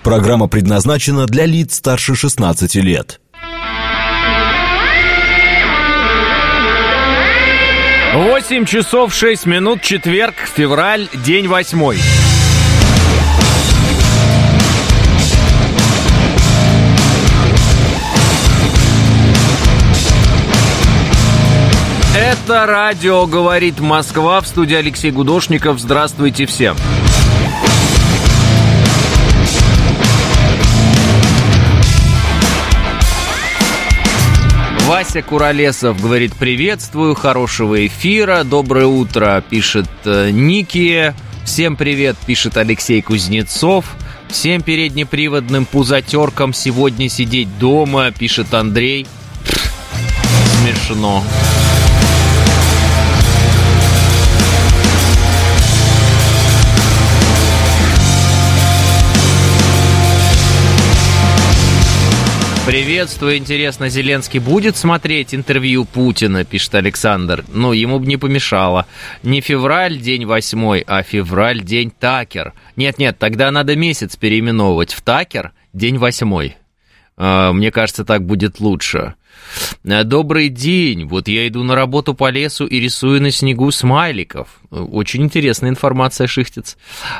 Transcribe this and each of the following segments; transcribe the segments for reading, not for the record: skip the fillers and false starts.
Программа предназначена для лиц старше 16 лет. 8 часов 6 минут, четверг, февраль, день 8. Это радио «Говорит Москва», в студии Алексей Гудошников. Здравствуйте всем. Вася Куролесов говорит: приветствую, хорошего эфира, доброе утро, пишет Ники. Всем привет, пишет Алексей Кузнецов. Всем переднеприводным пузатеркам сегодня сидеть дома, пишет Андрей. Смешно. Приветствую, интересно, Зеленский будет смотреть интервью Путина, пишет Александр. Ну, ему бы не помешало. Не февраль, день 8, а февраль, день Такер. Нет, тогда надо месяц переименовывать в Такер, день 8. Мне кажется, так будет лучше. Добрый день. Вот я иду на работу по лесу и рисую на снегу смайликов. Очень интересная информация, Шихтец.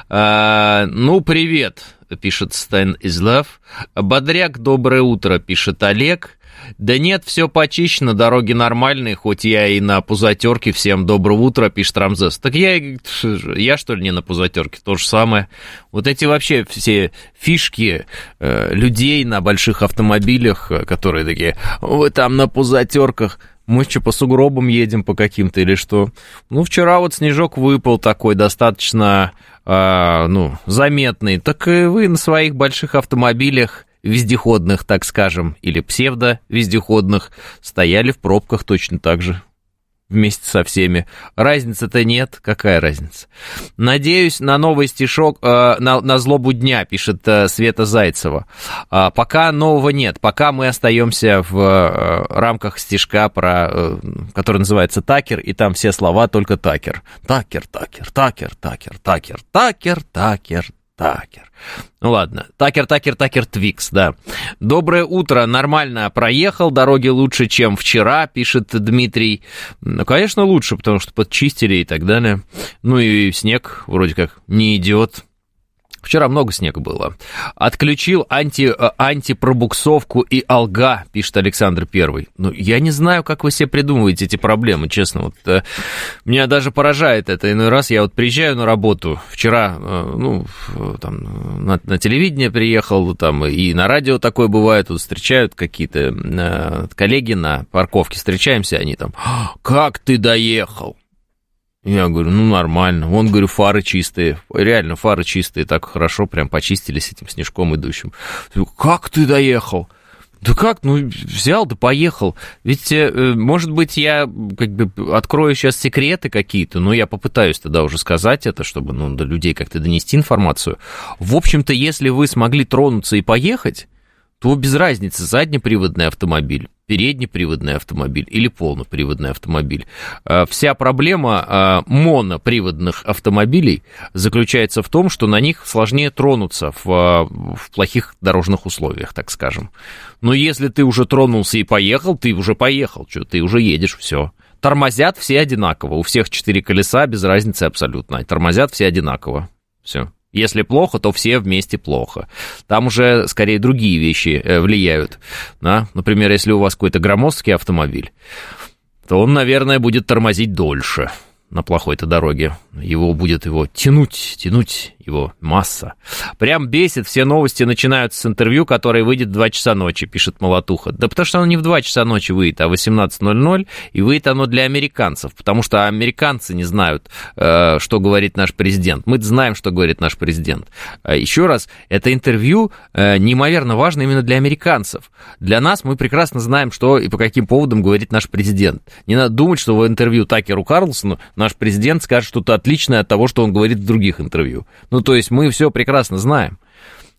Ну, привет, пишет Стэн из Лав. Бодряк, доброе утро, пишет Олег. Да нет, все почищено, дороги нормальные, хоть я и на пузатерке. Всем доброго утра, пишет Рамзес. Так я что ли не на пузатерке? То же самое. Вот эти вообще все фишки людей на больших автомобилях, которые такие: вы там на пузатерках. Мы что, по сугробам едем по каким-то или что? Ну, вчера вот снежок выпал такой достаточно, заметный. Так и вы на своих больших автомобилях, вездеходных, так скажем, или псевдо-вездеходных, стояли в пробках точно так же. Вместе со всеми. Разницы-то нет. Какая разница? Надеюсь на новый стишок, на злобу дня, пишет Света Зайцева. Пока нового нет. Пока мы остаемся в рамках стишка, который называется «Такер», и там все слова только «Такер». Такер, такер, такер, такер, такер, такер, такер, такер. Ну ладно, такер, Твикс, да. Доброе утро, нормально проехал, дороги лучше, чем вчера, пишет Дмитрий. Ну, конечно, лучше, потому что подчистили и так далее. Ну и снег вроде как не идет. Вчера много снега было. Отключил антипробуксовку и алга, пишет Александр Первый. Ну, я не знаю, как вы себе придумываете эти проблемы, честно. Вот, меня даже поражает это. Иной раз я вот приезжаю на работу. Вчера, на телевидение приехал, там, и на радио такое бывает. Вот встречают какие-то коллеги на парковке, встречаемся, они там: как ты доехал? Я говорю: ну, нормально. Вон, говорю, фары чистые. Реально, фары чистые. Так хорошо прям почистили с этим снежком идущим. Как ты доехал? Да как? Ну, взял да поехал. Ведь, может быть, я как бы открою сейчас секреты какие-то, но я попытаюсь тогда уже сказать это, чтобы до людей как-то донести информацию. В общем-то, если вы смогли тронуться и поехать, то без разницы, заднеприводный автомобиль, переднеприводный автомобиль или полноприводный автомобиль. Вся проблема моноприводных автомобилей заключается в том, что на них сложнее тронуться в плохих дорожных условиях, так скажем. Но если ты уже тронулся и поехал, ты уже поехал, ты уже едешь, все. Тормозят все одинаково, у всех 4 колеса, без разницы абсолютно. Тормозят все одинаково, все. Если плохо, то все вместе плохо. Там уже, скорее, другие вещи влияют. Да? Например, если у вас какой-то громоздкий автомобиль, то он, наверное, будет тормозить дольше на плохой-то дороге. Его будет тянуть его масса. Прям бесит, все новости начинаются с интервью, которое выйдет в 2 часа ночи, пишет Молотуха. Да потому что оно не в 2 часа ночи выйдет, а в 18:00, и выйдет оно для американцев, потому что американцы не знают, что говорит наш президент. Мы знаем, что говорит наш президент. Еще раз, это интервью неимоверно важно именно для американцев. Для нас мы прекрасно знаем, что и по каким поводам говорит наш президент. Не надо думать, что в интервью Такеру Карлсону наш президент скажет что-то отличное от того, что он говорит в других интервью. Ну, то есть мы все прекрасно знаем.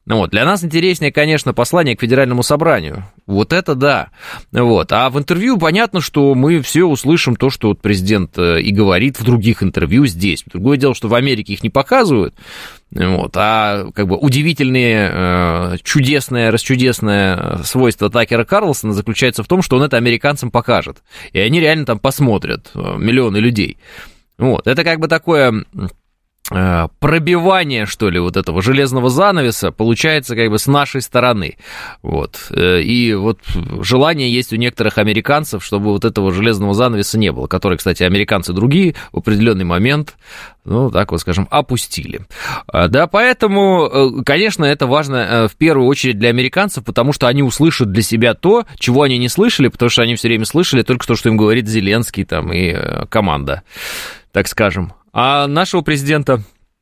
Вот. Для нас интереснее, конечно, послание к Федеральному собранию. Вот это да. Вот. А в интервью понятно, что мы все услышим то, что вот президент и говорит в других интервью здесь. Другое дело, что в Америке их не показывают. Вот. А как бы удивительное, чудесное, расчудесное свойство Такера Карлсона заключается в том, что он это американцам покажет. И они реально там посмотрят, миллионы людей. Вот. Это как бы такое... пробивание, что ли, вот этого железного занавеса получается как бы с нашей стороны. Вот. И вот желание есть у некоторых американцев, чтобы вот этого железного занавеса не было, который, кстати, американцы другие в определенный момент, ну, так вот скажем, опустили. Да, поэтому, конечно, это важно в первую очередь для американцев, потому что они услышат для себя то, чего они не слышали, потому что они все время слышали только то, что им говорит Зеленский там и команда, так скажем. А нашего президента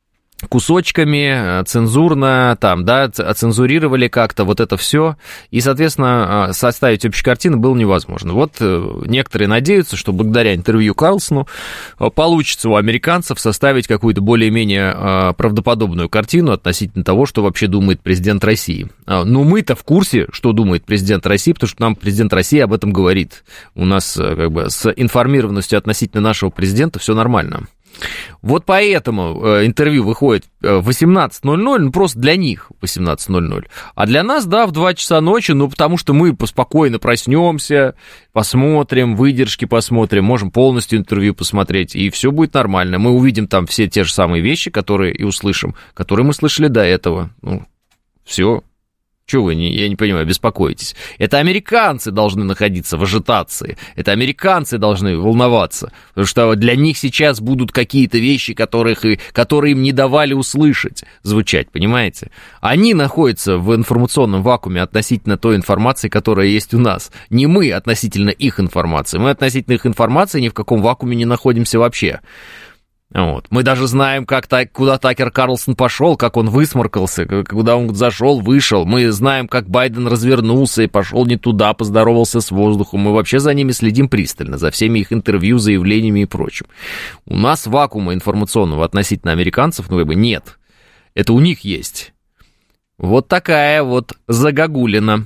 кусочками, цензурно, там, да, оцензурировали как-то вот это все, и, соответственно, составить общую картину было невозможно. Вот некоторые надеются, что благодаря интервью Карлсону получится у американцев составить какую-то более-менее правдоподобную картину относительно того, что вообще думает президент России. Но мы-то в курсе, что думает президент России, потому что нам президент России об этом говорит. У нас как бы с информированностью относительно нашего президента все нормально. Вот поэтому интервью выходит в 18:00, ну, просто для них 18:00. А для нас, да, в 2 часа ночи, ну, потому что мы спокойно проснемся, посмотрим, выдержки посмотрим, можем полностью интервью посмотреть, и все будет нормально. Мы увидим там все те же самые вещи, которые и услышим, которые мы слышали до этого. Ну, все. Чего вы, я не понимаю, беспокоитесь? Это американцы должны находиться в ажитации, это американцы должны волноваться, потому что для них сейчас будут какие-то вещи, которые им не давали услышать, звучать, понимаете? Они находятся в информационном вакууме относительно той информации, которая есть у нас. Не мы относительно их информации, мы относительно их информации ни в каком вакууме не находимся вообще. Вот. Мы даже знаем, куда Такер Карлсон пошел, как он высморкался, куда он зашел, вышел. Мы знаем, как Байден развернулся и пошел не туда, поздоровался с воздухом. Мы вообще за ними следим пристально, за всеми их интервью, заявлениями и прочим. У нас вакуума информационного относительно американцев, ну, как бы нет. Это у них есть. Вот такая вот загогулина.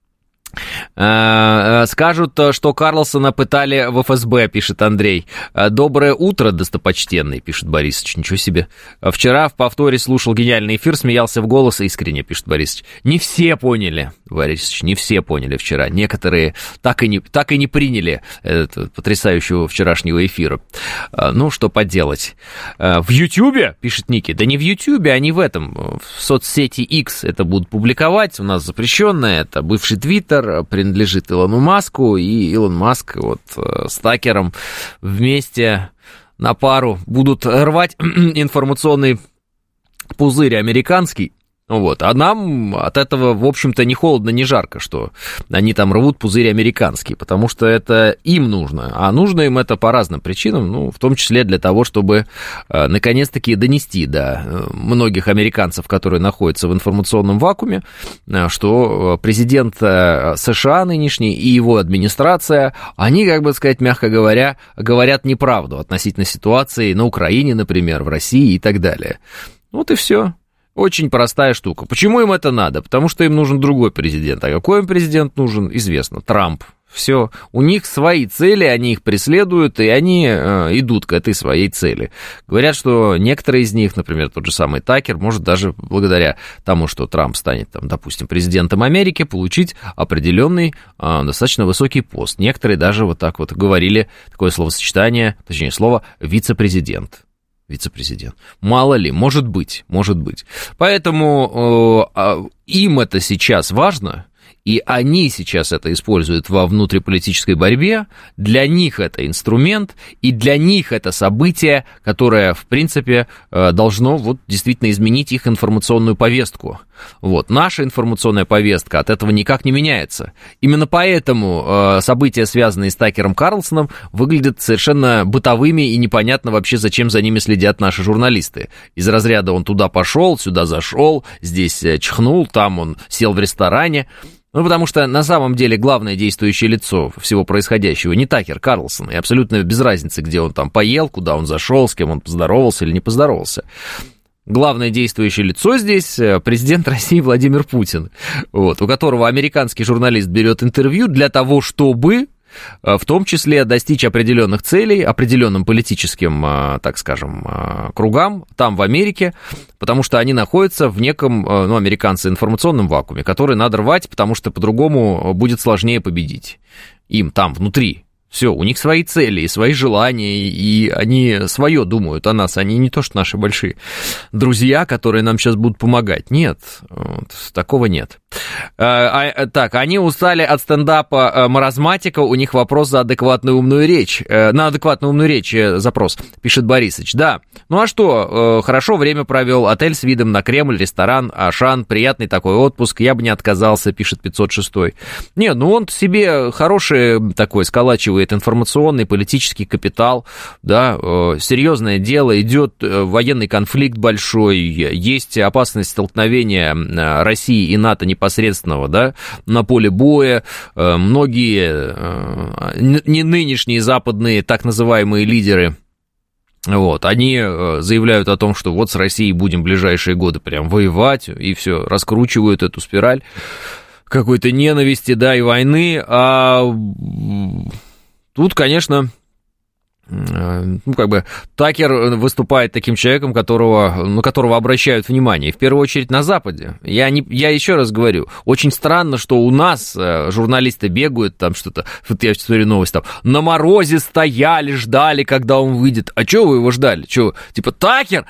Скажут, что Карлсона пытали в ФСБ, пишет Андрей. Доброе утро, достопочтенный, пишет Борисович. Ничего себе. Вчера в повторе слушал гениальный эфир, смеялся в голос искренне, пишет Борисович. Не все поняли, Борисович, не все поняли вчера. Некоторые так и не приняли этого потрясающего вчерашнего эфира. Ну, что поделать. В Ютьюбе, пишет Ники. Да не в Ютьюбе, а не в этом. В соцсети X это будут публиковать. У нас запрещенное. Это бывший Твиттер, принадлежит Илону Маску, и Илон Маск вот с Такером вместе на пару будут рвать информационный пузырь американский. Вот. А нам от этого, в общем-то, не холодно, не жарко, что они там рвут пузырь американский, потому что это им нужно. А нужно им это по разным причинам, ну, в том числе для того, чтобы наконец-таки донести до многих американцев, которые находятся в информационном вакууме, что президент США нынешний и его администрация, они, как бы сказать, мягко говоря, говорят неправду относительно ситуации на Украине, например, в России и так далее. Вот и все. Очень простая штука. Почему им это надо? Потому что им нужен другой президент. А какой им президент нужен, известно. Трамп. Все. У них свои цели, они их преследуют, и они идут к этой своей цели. Говорят, что некоторые из них, например, тот же самый Такер, может даже благодаря тому, что Трамп станет, там, допустим, президентом Америки, получить определенный достаточно высокий пост. Некоторые даже вот так вот говорили, такое словосочетание, точнее слово «вице-президент». Вице-президент. Мало ли, может быть. Поэтому им это сейчас важно, и они сейчас это используют во внутриполитической борьбе. Для них это инструмент, и для них это событие, которое, в принципе, должно вот действительно изменить их информационную повестку. Вот. Наша информационная повестка от этого никак не меняется. Именно поэтому события, связанные с Такером Карлсоном, выглядят совершенно бытовыми, и непонятно вообще, зачем за ними следят наши журналисты. Из разряда он туда пошел, сюда зашел, здесь чихнул, там он сел в ресторане. Ну, потому что на самом деле главное действующее лицо всего происходящего не Такер Карлсон, и абсолютно без разницы, где он там поел, куда он зашел, с кем он поздоровался или не поздоровался. главное действующее лицо здесь президент России Владимир Путин, вот, у которого американский журналист берет интервью для того, чтобы в том числе достичь определенных целей, определенным политическим, так скажем, кругам там, в Америке, потому что они находятся в неком, ну, американцы, информационном вакууме, который надо рвать, потому что по-другому будет сложнее победить им там, внутри. Все, у них свои цели и свои желания, и они свое думают о нас, они не то, что наши большие друзья, которые нам сейчас будут помогать. Нет, вот, такого нет. Так, они устали от стендапа маразматика, у них вопрос за адекватную умную речь. На адекватную умную речь запрос, пишет Борисыч. Да, ну а что, хорошо время провел, отель с видом на Кремль, ресторан, Ашан, приятный такой отпуск, я бы не отказался, пишет 506. Не, ну он себе хороший такой сколачивает информационный, политический капитал, да, серьезное дело, идет военный конфликт большой, есть опасность столкновения России и НАТО непосредственного, да, на поле боя, многие не нынешние западные так называемые лидеры, вот, они заявляют о том, что вот с Россией будем в ближайшие годы прям воевать, и все, раскручивают эту спираль какой-то ненависти, да, и войны, а тут, конечно, ну, как бы, Такер выступает таким человеком, на которого обращают внимание, и в первую очередь на Западе. Я еще раз говорю, очень странно, что у нас журналисты бегают, там что-то, вот я смотрю новость, там, на морозе стояли, ждали, когда он выйдет. А чего вы его ждали? Чего? Типа, Такер!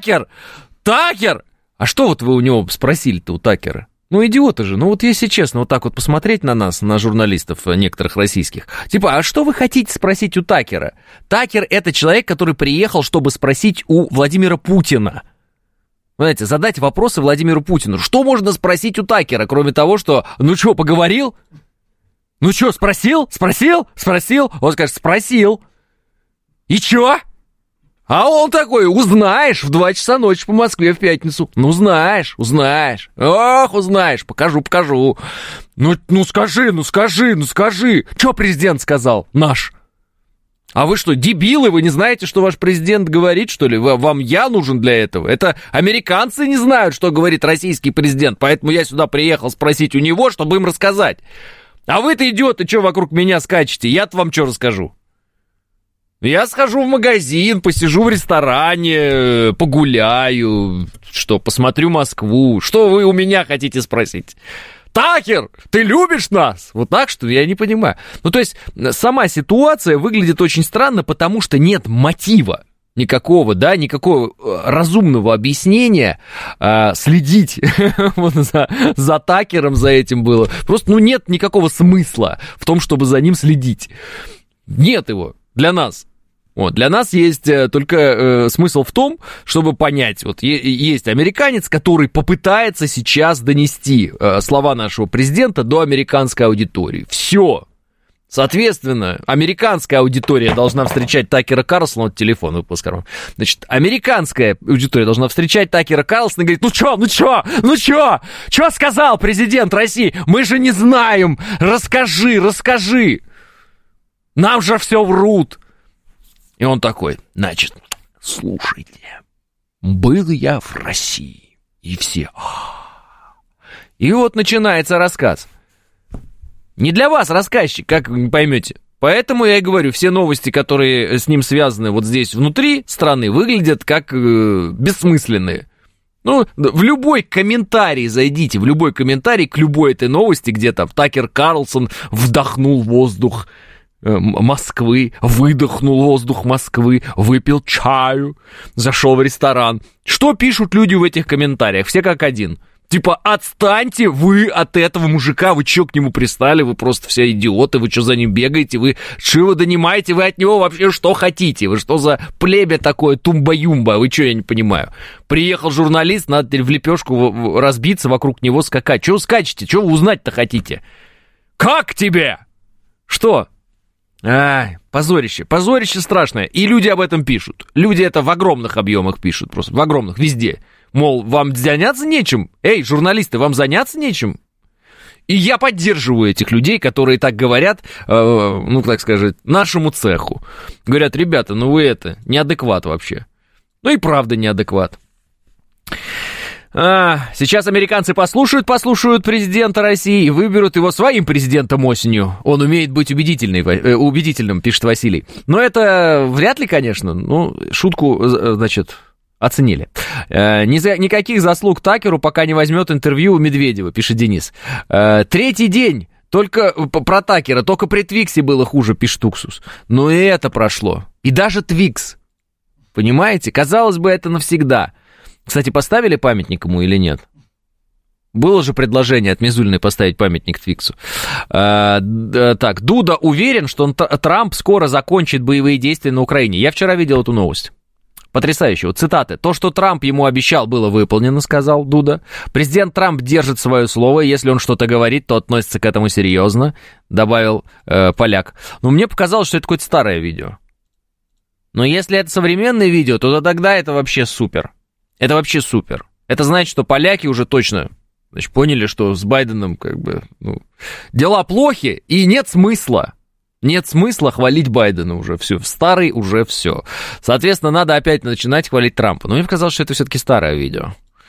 А что вот вы у него спросили-то, у Такера? Ну, идиоты же, ну вот если честно, вот так вот посмотреть на нас, на журналистов некоторых российских, типа, а что вы хотите спросить у Такера? Такер — это человек, который приехал, чтобы спросить у Владимира Путина. Знаете, задать вопросы Владимиру Путину. Что можно спросить у Такера, кроме того, что, ну что, поговорил? Ну что, спросил? Он скажет, спросил. И чё? А он такой, узнаешь в 2 часа ночи по Москве в пятницу. Ну, узнаешь. Ох, узнаешь, покажу. Ну скажи. Что президент сказал наш? А вы что, дебилы? Вы не знаете, что ваш президент говорит, что ли? Вам я нужен для этого? Это американцы не знают, что говорит российский президент, поэтому я сюда приехал спросить у него, чтобы им рассказать. А вы-то, идиоты, что вокруг меня скачете? Я-то вам что расскажу? Я схожу в магазин, посижу в ресторане, погуляю, что, посмотрю Москву. Что вы у меня хотите спросить? Такер, ты любишь нас? Вот так, что я не понимаю. Ну, то есть, сама ситуация выглядит очень странно, потому что нет мотива никакого, да, никакого разумного объяснения следить вот за Такером, за этим было. Просто, ну, нет никакого смысла в том, чтобы за ним следить. Нет его для нас. Вот, для нас есть только смысл в том, чтобы понять, вот есть американец, который попытается сейчас донести слова нашего президента до американской аудитории. Все. Соответственно, американская аудитория должна встречать Такера Карлсона, вот телефон выпускал. Значит, американская аудитория должна встречать Такера Карлсона и говорить, ну чё сказал президент России? Мы же не знаем, расскажи. Нам же все врут. И он такой, значит, слушайте, был я в России, и все. И вот начинается рассказ. Не для вас рассказчик, как вы не поймете. Поэтому я и говорю, все новости, которые с ним связаны вот здесь внутри страны, выглядят как бессмысленные. Ну, в любой комментарий зайдите, в любой комментарий к любой этой новости, где там Такер Карлсон вдохнул воздух Москвы, выдохнул воздух Москвы, выпил чаю, зашел в ресторан. Что пишут люди в этих комментариях? Все как один. Типа, отстаньте вы от этого мужика, вы чё к нему пристали, вы просто все идиоты, вы чё за ним бегаете, вы чего донимаете, вы от него вообще что хотите, вы что за племя такое, тумба-юмба, вы чё, я не понимаю. Приехал журналист, надо в лепешку разбиться, вокруг него скакать. Чего скачете, чего вы узнать-то хотите? Как тебе? Что? Позорище страшное. И люди об этом пишут. Люди это в огромных объемах пишут, просто в огромных, везде. Мол, вам заняться нечем? Эй, журналисты, вам заняться нечем? И я поддерживаю этих людей, которые так говорят, ну, так сказать, нашему цеху. Говорят, ребята, ну вы это, неадекват вообще. Ну и правда неадекват. Сейчас американцы послушают президента России и выберут его своим президентом осенью. Он умеет быть убедительным, пишет Василий. Но это вряд ли, конечно. Ну, шутку, значит, оценили. Никаких заслуг Такеру, пока не возьмет интервью у Медведева, пишет Денис. Третий день. Только про Такера, только при Твиксе было хуже, пишет Уксус. Но и это прошло. И даже Твикс. Понимаете? Казалось бы, это навсегда. Кстати, поставили памятник ему или нет? Было же предложение от Мизулиной поставить памятник Твиксу. Так, Дуда уверен, что Трамп скоро закончит боевые действия на Украине. Я вчера видел эту новость. Потрясающе. Вот цитаты. «То, что Трамп ему обещал, было выполнено», сказал Дуда. «Президент Трамп держит свое слово. Если он что-то говорит, то относится к этому серьезно», добавил поляк. Но мне показалось, что это какое-то старое видео. Но если это современное видео, то тогда это вообще супер. Это вообще супер. Это значит, что поляки уже точно, значит, поняли, что с Байденом как бы дела плохи, и нет смысла. Нет смысла хвалить Байдена уже все. Старый уже все. Соответственно, надо опять начинать хвалить Трампа. Но мне показалось, что это все-таки старое видео.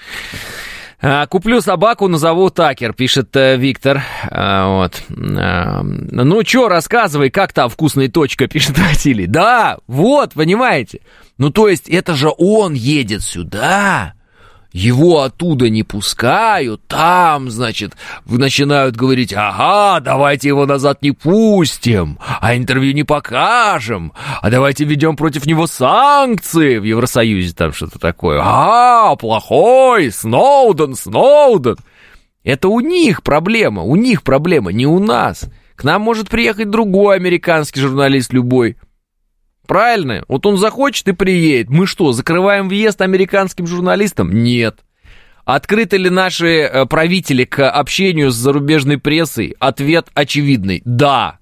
«Куплю собаку, назову Такер», пишет Виктор. Вот. «Ну чё, рассказывай, как там вкусная точка», пишет Василий. Да, вот, понимаете. Ну, то есть, это же он едет сюда, его оттуда не пускают, там, значит, начинают говорить, ага, давайте его назад не пустим, а интервью не покажем, а давайте введем против него санкции в Евросоюзе, там что-то такое. Плохой, Сноуден. Это у них проблема, не у нас. К нам может приехать другой американский журналист любой. Правильно? Вот он захочет и приедет. Мы что, закрываем въезд американским журналистам? Нет. Открыты ли наши правители к общению с зарубежной прессой? Ответ очевидный. Да.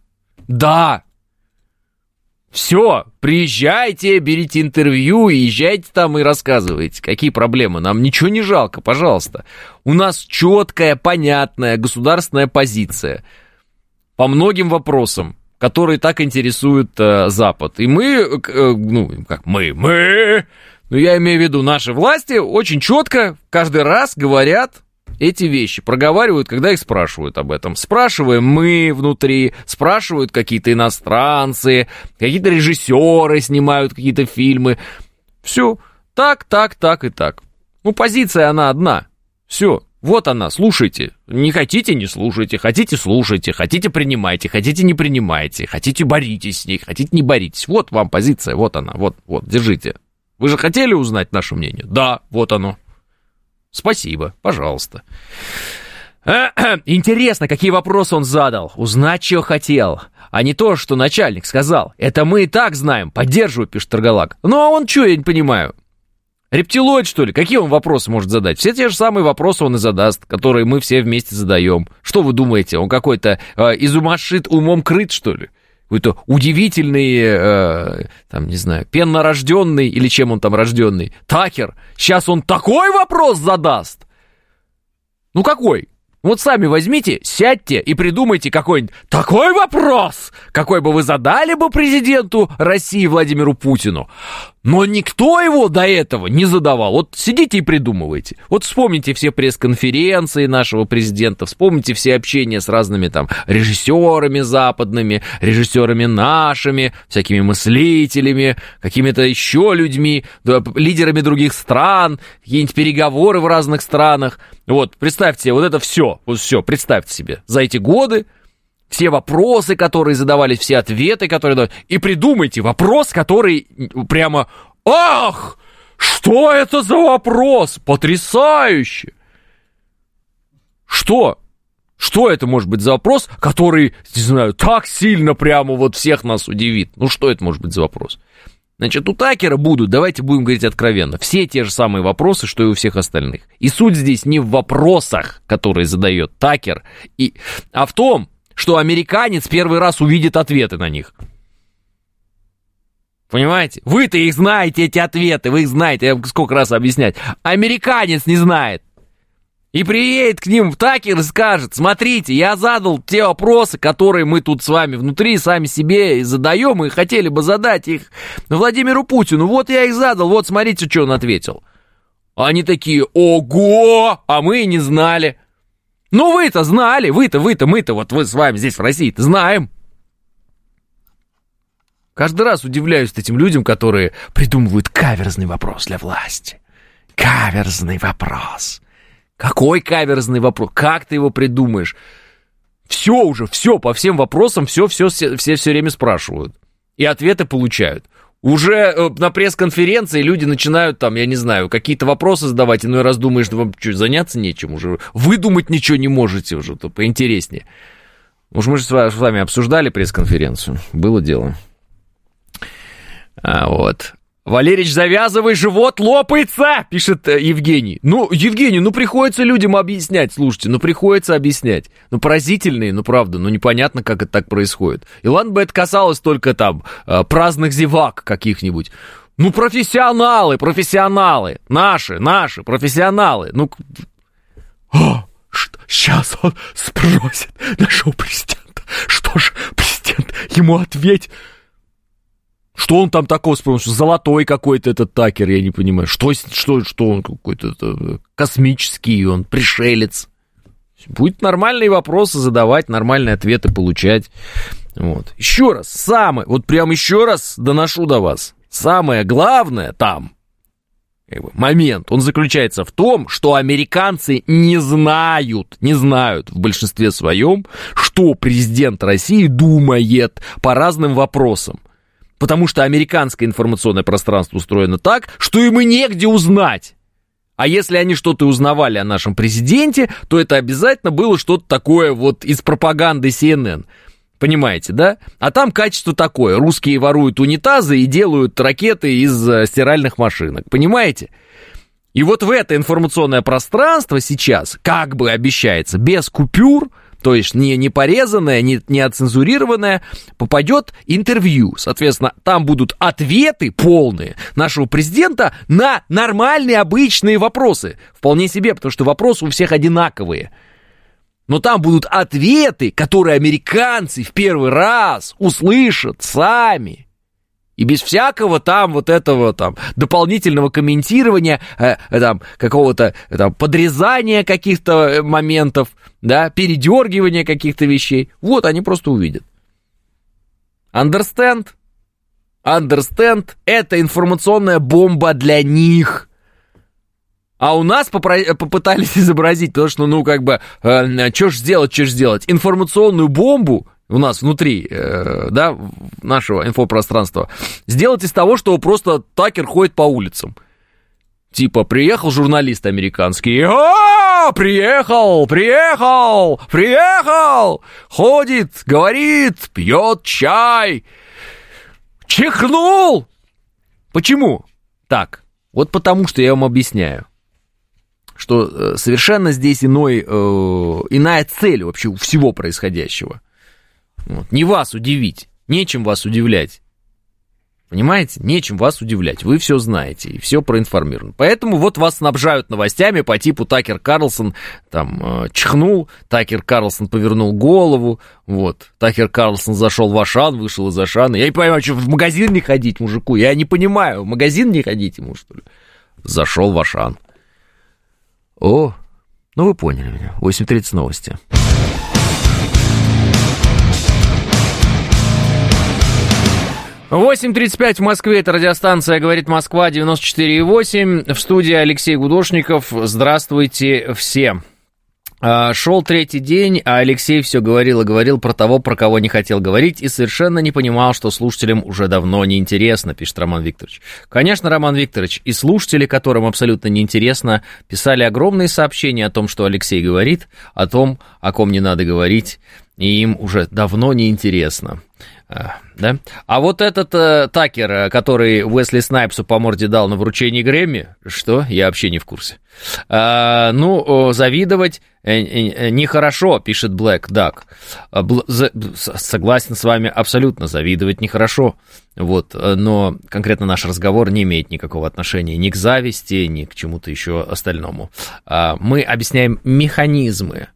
Все, приезжайте, берите интервью, езжайте там и рассказывайте. Какие проблемы? Нам ничего не жалко, пожалуйста. У нас четкая, понятная государственная позиция по многим вопросам, которые так интересуют Запад. И мы, я имею в виду, наши власти очень четко каждый раз говорят эти вещи, проговаривают, когда их спрашивают об этом. Спрашиваем мы внутри, спрашивают какие-то иностранцы, какие-то режиссеры снимают какие-то фильмы. Все, так и так. Ну, позиция она одна. Все. Вот она, слушайте. Не хотите, не слушайте. Хотите, слушайте. Хотите, принимайте. Хотите, не принимайте. Хотите, боритесь с ней. Хотите, не боритесь. Вот вам позиция, вот она. Вот, держите. Вы же хотели узнать наше мнение? Да, вот оно. Спасибо, пожалуйста. Интересно, какие вопросы он задал. Узнать, что хотел. А не то, что начальник сказал. Это мы и так знаем. Поддерживаю, пишет Торгалак. Ну, а он что, я не понимаю. Рептилоид, что ли? Какие он вопросы может задать? Все те же самые вопросы он и задаст, которые мы все вместе задаем. Что вы думаете, он какой-то изумашит, умом крыт, что ли? Какой-то удивительный, там, не знаю, пеннорожденный, или чем он там рожденный, Такер. Сейчас он такой вопрос задаст. Ну, какой? Вот сами возьмите, сядьте и придумайте какой-нибудь такой вопрос, какой бы вы задали бы президенту России Владимиру Путину. Но никто его до этого не задавал. Вот сидите и придумывайте. Вот вспомните все пресс-конференции нашего президента, вспомните все общения с разными там режиссерами западными, режиссерами нашими, всякими мыслителями, какими-то еще людьми, лидерами других стран, какие-нибудь переговоры в разных странах. Вот, представьте себе, вот это все, представьте себе, за эти годы, все вопросы, которые задавались, все ответы, которые давали, и придумайте вопрос, который прямо, ах, что это за вопрос, потрясающе! Что это может быть за вопрос, который, не знаю, так сильно прямо вот всех нас удивит? Ну, что это может быть за вопрос? Значит, у Такера давайте будем говорить откровенно, все те же самые вопросы, что и у всех остальных. И суть здесь не в вопросах, которые задает Такер, а в том, что американец первый раз увидит ответы на них. Понимаете? Вы-то их знаете, эти ответы, вы их знаете, я сколько раз объяснять. Американец не знает. И приедет к ним Такер и скажет, смотрите, я задал те вопросы, которые мы тут с вами внутри сами себе задаем, и хотели бы задать их Владимиру Путину. Вот я их задал, вот смотрите, что он ответил. Они такие: ого, а мы и не знали. Ну вы-то знали, мы-то, вот вы с вами здесь в России-то знаем. Каждый раз удивляюсь этим людям, которые придумывают каверзный вопрос для власти. Каверзный вопрос. Какой каверзный вопрос? Как ты его придумаешь? Все, по всем вопросам все время спрашивают. И ответы получают. Уже на пресс-конференции люди начинают там, я не знаю, какие-то вопросы задавать, иной раз думаешь, что вам что, заняться нечем уже, выдумать ничего не можете уже, то поинтереснее. Уж мы же с вами обсуждали пресс-конференцию, было дело. Вот. Валерич, завязывай, живот лопается, пишет Евгений. Евгений, приходится людям объяснять, слушайте, приходится объяснять. Поразительные, правда, непонятно, как это так происходит. И ладно бы это касалось только там праздных зевак каких-нибудь. Профессионалы, наши профессионалы. Сейчас он спросит нашего президента, что же президент ему ответит. Что он там такого вспомнил? Что золотой какой-то этот Такер, я не понимаю. Что он какой-то космический, он пришелец. Будет нормальные вопросы задавать, нормальные ответы получать. Вот. Еще раз, прям еще раз доношу до вас. Самое главное там, момент, он заключается в том, что американцы не знают в большинстве своем, что президент России думает по разным вопросам. Потому что американское информационное пространство устроено так, что им и негде узнать. А если они что-то узнавали о нашем президенте, то это обязательно было что-то такое вот из пропаганды CNN. Понимаете, да? А там качество такое. Русские воруют унитазы и делают ракеты из стиральных машинок. Понимаете? И вот в это информационное пространство сейчас, как бы обещается, без купюр, то есть не порезанное, не отцензурированное, попадет интервью. Соответственно, там будут ответы полные нашего президента на нормальные, обычные вопросы. Вполне себе, потому что вопросы у всех одинаковые. Но там будут ответы, которые американцы в первый раз услышат сами. И без всякого там вот этого там дополнительного комментирования, там какого-то там подрезания каких-то моментов, да, передергивания каких-то вещей. Вот они просто увидят. Understand? Это информационная бомба для них. А у нас попытались изобразить, потому что, что ж сделать? Информационную бомбу у нас внутри, да, нашего инфопространства, сделать из того, что просто Такер ходит по улицам. Типа, приехал журналист американский, приехал, ходит, говорит, пьет чай, чихнул. Почему так? Вот потому что я вам объясняю, что совершенно здесь иная цель вообще у всего происходящего. Вот. Не вас удивить, нечем вас удивлять. Понимаете? Нечем вас удивлять. Вы все знаете и все проинформированы. Поэтому вот вас снабжают новостями по типу Такер Карлсон там чихнул, Такер Карлсон повернул голову, вот. Такер Карлсон зашел в Ашан, вышел из Ашана. Я не понимаю, что в магазин не ходить мужику? Я не понимаю, в магазин не ходить ему, что ли? Зашел в Ашан. Вы поняли меня. 8:30 новости. 8:35 в Москве, это радиостанция «Говорит Москва», 94,8. В студии Алексей Гудошников. Здравствуйте все. Шел третий день, а Алексей все говорил и говорил про того, про кого не хотел говорить, и совершенно не понимал, что слушателям уже давно неинтересно, пишет Роман Викторович. Конечно, Роман Викторович, и слушатели, которым абсолютно неинтересно, писали огромные сообщения о том, что Алексей говорит, о том, о ком не надо говорить, и им уже давно неинтересно. Да? А вот этот Такер, который Уэсли Снайпсу по морде дал на вручении Грэмми, что? Я вообще не в курсе. Завидовать нехорошо, пишет Black Duck. Согласен с вами абсолютно, завидовать нехорошо. Вот, но конкретно наш разговор не имеет никакого отношения ни к зависти, ни к чему-то еще остальному. Мы объясняем механизмы,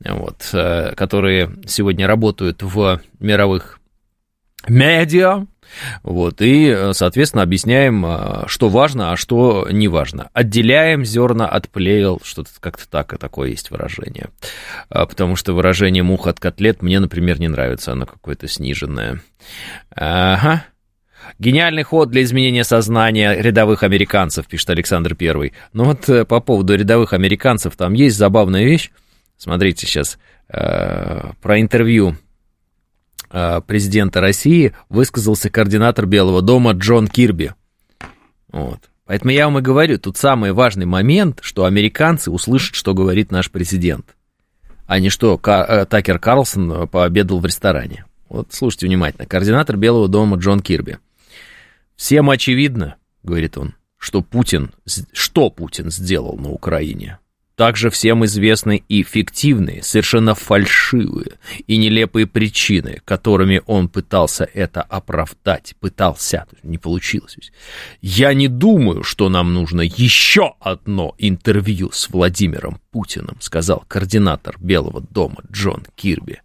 которые сегодня работают в мировых медиа, Вот, и, соответственно, объясняем, что важно, а что не важно. Отделяем зерна от плевел, что-то как-то так, такое есть выражение. Потому что выражение «мух от котлет» мне, например, не нравится, оно какое-то сниженное. Ага. Гениальный ход для изменения сознания рядовых американцев, пишет Александр Первый. Ну вот по поводу рядовых американцев, там есть забавная вещь. Смотрите сейчас, про интервью президента России высказался координатор Белого дома Джон Кирби. Вот. Поэтому я вам и говорю, тут самый важный момент, что американцы услышат, что говорит наш президент, а не что Такер Карлсон пообедал в ресторане. Вот слушайте внимательно. Координатор Белого дома Джон Кирби. Всем очевидно, говорит он, что Путин сделал на Украине. Также всем известны и фиктивные, совершенно фальшивые и нелепые причины, которыми он пытался это оправдать. Пытался, не получилось. Я не думаю, что нам нужно еще одно интервью с Владимиром Путиным, сказал координатор Белого дома Джон Кирби.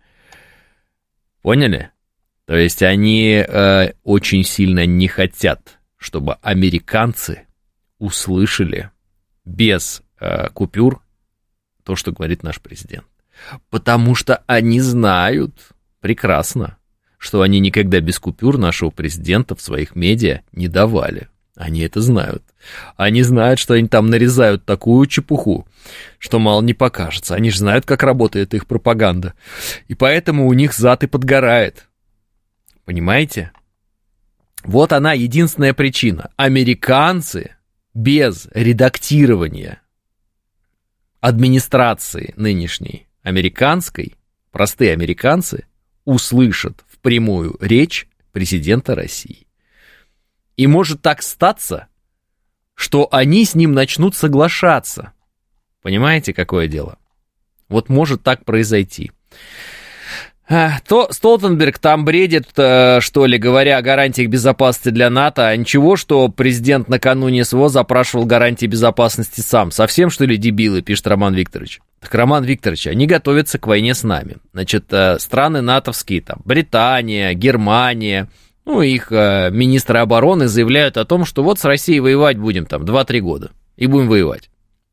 Поняли? То есть они очень сильно не хотят, чтобы американцы услышали без купюр то, что говорит наш президент. Потому что они знают прекрасно, что они никогда без купюр нашего президента в своих медиа не давали. Они это знают. Они знают, что они там нарезают такую чепуху, что мало не покажется. Они же знают, как работает их пропаганда. И поэтому у них зад и подгорает. Понимаете? Вот она единственная причина. Американцы без редактирования администрации нынешней американской, простые американцы услышат впрямую речь президента России. И может так статься, что они с ним начнут соглашаться. Понимаете, какое дело? Вот может так произойти. То Столтенберг там бредит, что ли, говоря о гарантиях безопасности для НАТО. А ничего, что президент накануне СВО запрашивал гарантии безопасности сам. Совсем, что ли, дебилы, пишет Роман Викторович. Так, Роман Викторович, они готовятся к войне с нами. Значит, страны натовские, там, Британия, Германия, ну, их министры обороны заявляют о том, что вот с Россией воевать будем там 2-3 года. И будем воевать.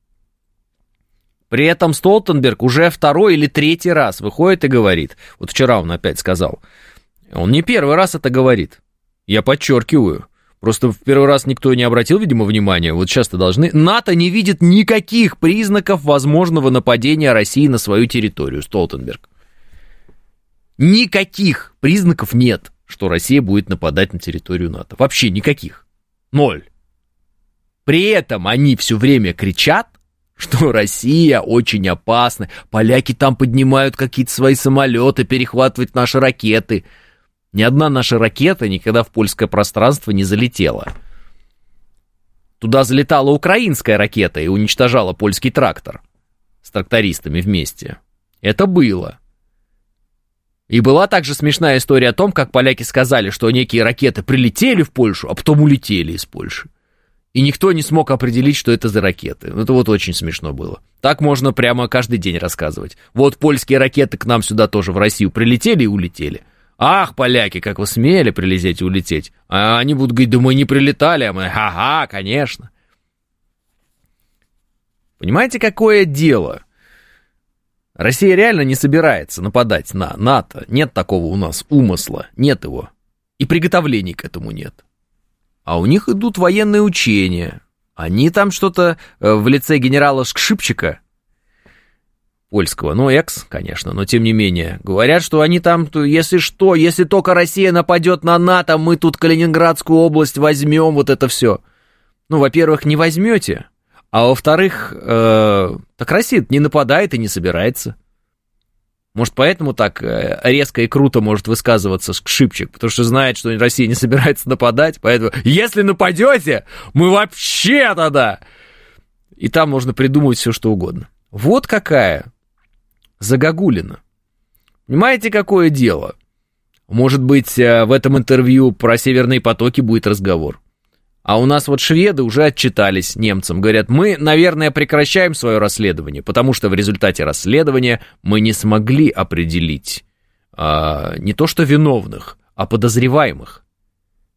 При этом Столтенберг уже 2-й или 3-й раз выходит и говорит, вот вчера он опять сказал, он не 1-й раз это говорит, я подчеркиваю, просто в 1-й раз никто не обратил, видимо, внимания, вот сейчас-то должны, НАТО не видит никаких признаков возможного нападения России на свою территорию, Столтенберг. Никаких признаков нет, что Россия будет нападать на территорию НАТО, вообще никаких, 0. При этом они все время кричат, что Россия очень опасна, поляки там поднимают какие-то свои самолеты, перехватывают наши ракеты. Ни одна наша ракета никогда в польское пространство не залетела. Туда залетала украинская ракета и уничтожала польский трактор с трактористами вместе. Это было. И была также смешная история о том, как поляки сказали, что некие ракеты прилетели в Польшу, а потом улетели из Польши. И никто не смог определить, что это за ракеты. Это вот очень смешно было. Так можно прямо каждый день рассказывать. Вот польские ракеты к нам сюда тоже в Россию прилетели и улетели. Ах, поляки, как вы смели прилететь и улететь. А они будут говорить, да мы не прилетали. А мы, ага, конечно. Понимаете, какое дело? Россия реально не собирается нападать на НАТО. Нет такого у нас умысла. Нет его. И приготовлений к этому нет. А у них идут военные учения. Они там что-то в лице генерала Шкшипчика, польского, ну, конечно, но тем не менее, говорят, что они там, если что, если только Россия нападет на НАТО, мы тут Калининградскую область возьмем, вот это все. Ну, во-первых, не возьмете, а во-вторых, так Россия не нападает и не собирается. Может, поэтому так резко и круто может высказываться Шкшипчик, потому что знает, что Россия не собирается нападать, поэтому, если нападете, мы вообще тогда... И там можно придумать все, что угодно. Вот какая загогулина. Понимаете, какое дело? Может быть, в этом интервью про северные потоки будет разговор. А у нас вот шведы уже отчитались немцам. Говорят, мы, наверное, прекращаем свое расследование, потому что в результате расследования мы не смогли определить не то что виновных, а подозреваемых.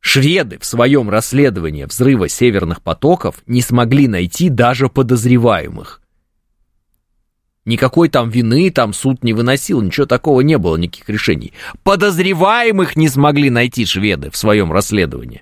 Шведы в своем расследовании взрыва северных потоков не смогли найти даже подозреваемых. Никакой там вины там суд не выносил, ничего такого не было, никаких решений. Подозреваемых не смогли найти шведы в своем расследовании.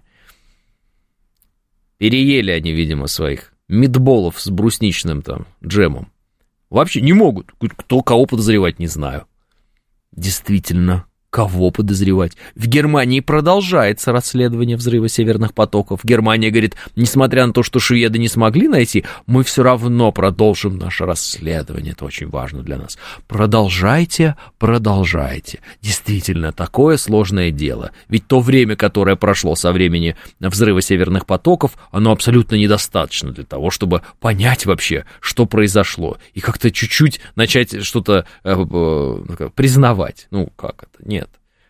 Переели они, видимо, своих митболов с брусничным там джемом. Вообще не могут. Кто кого подозревать, не знаю. Действительно, кого подозревать? В Германии продолжается расследование взрыва северных потоков. Германия говорит, несмотря на то, что шведы не смогли найти, мы все равно продолжим наше расследование. Это очень важно для нас. Продолжайте, продолжайте. Действительно, такое сложное дело. Ведь то время, которое прошло со времени взрыва северных потоков, оно абсолютно недостаточно для того, чтобы понять вообще, что произошло. И как-то чуть-чуть начать что-то признавать. Ну, как это? Нет.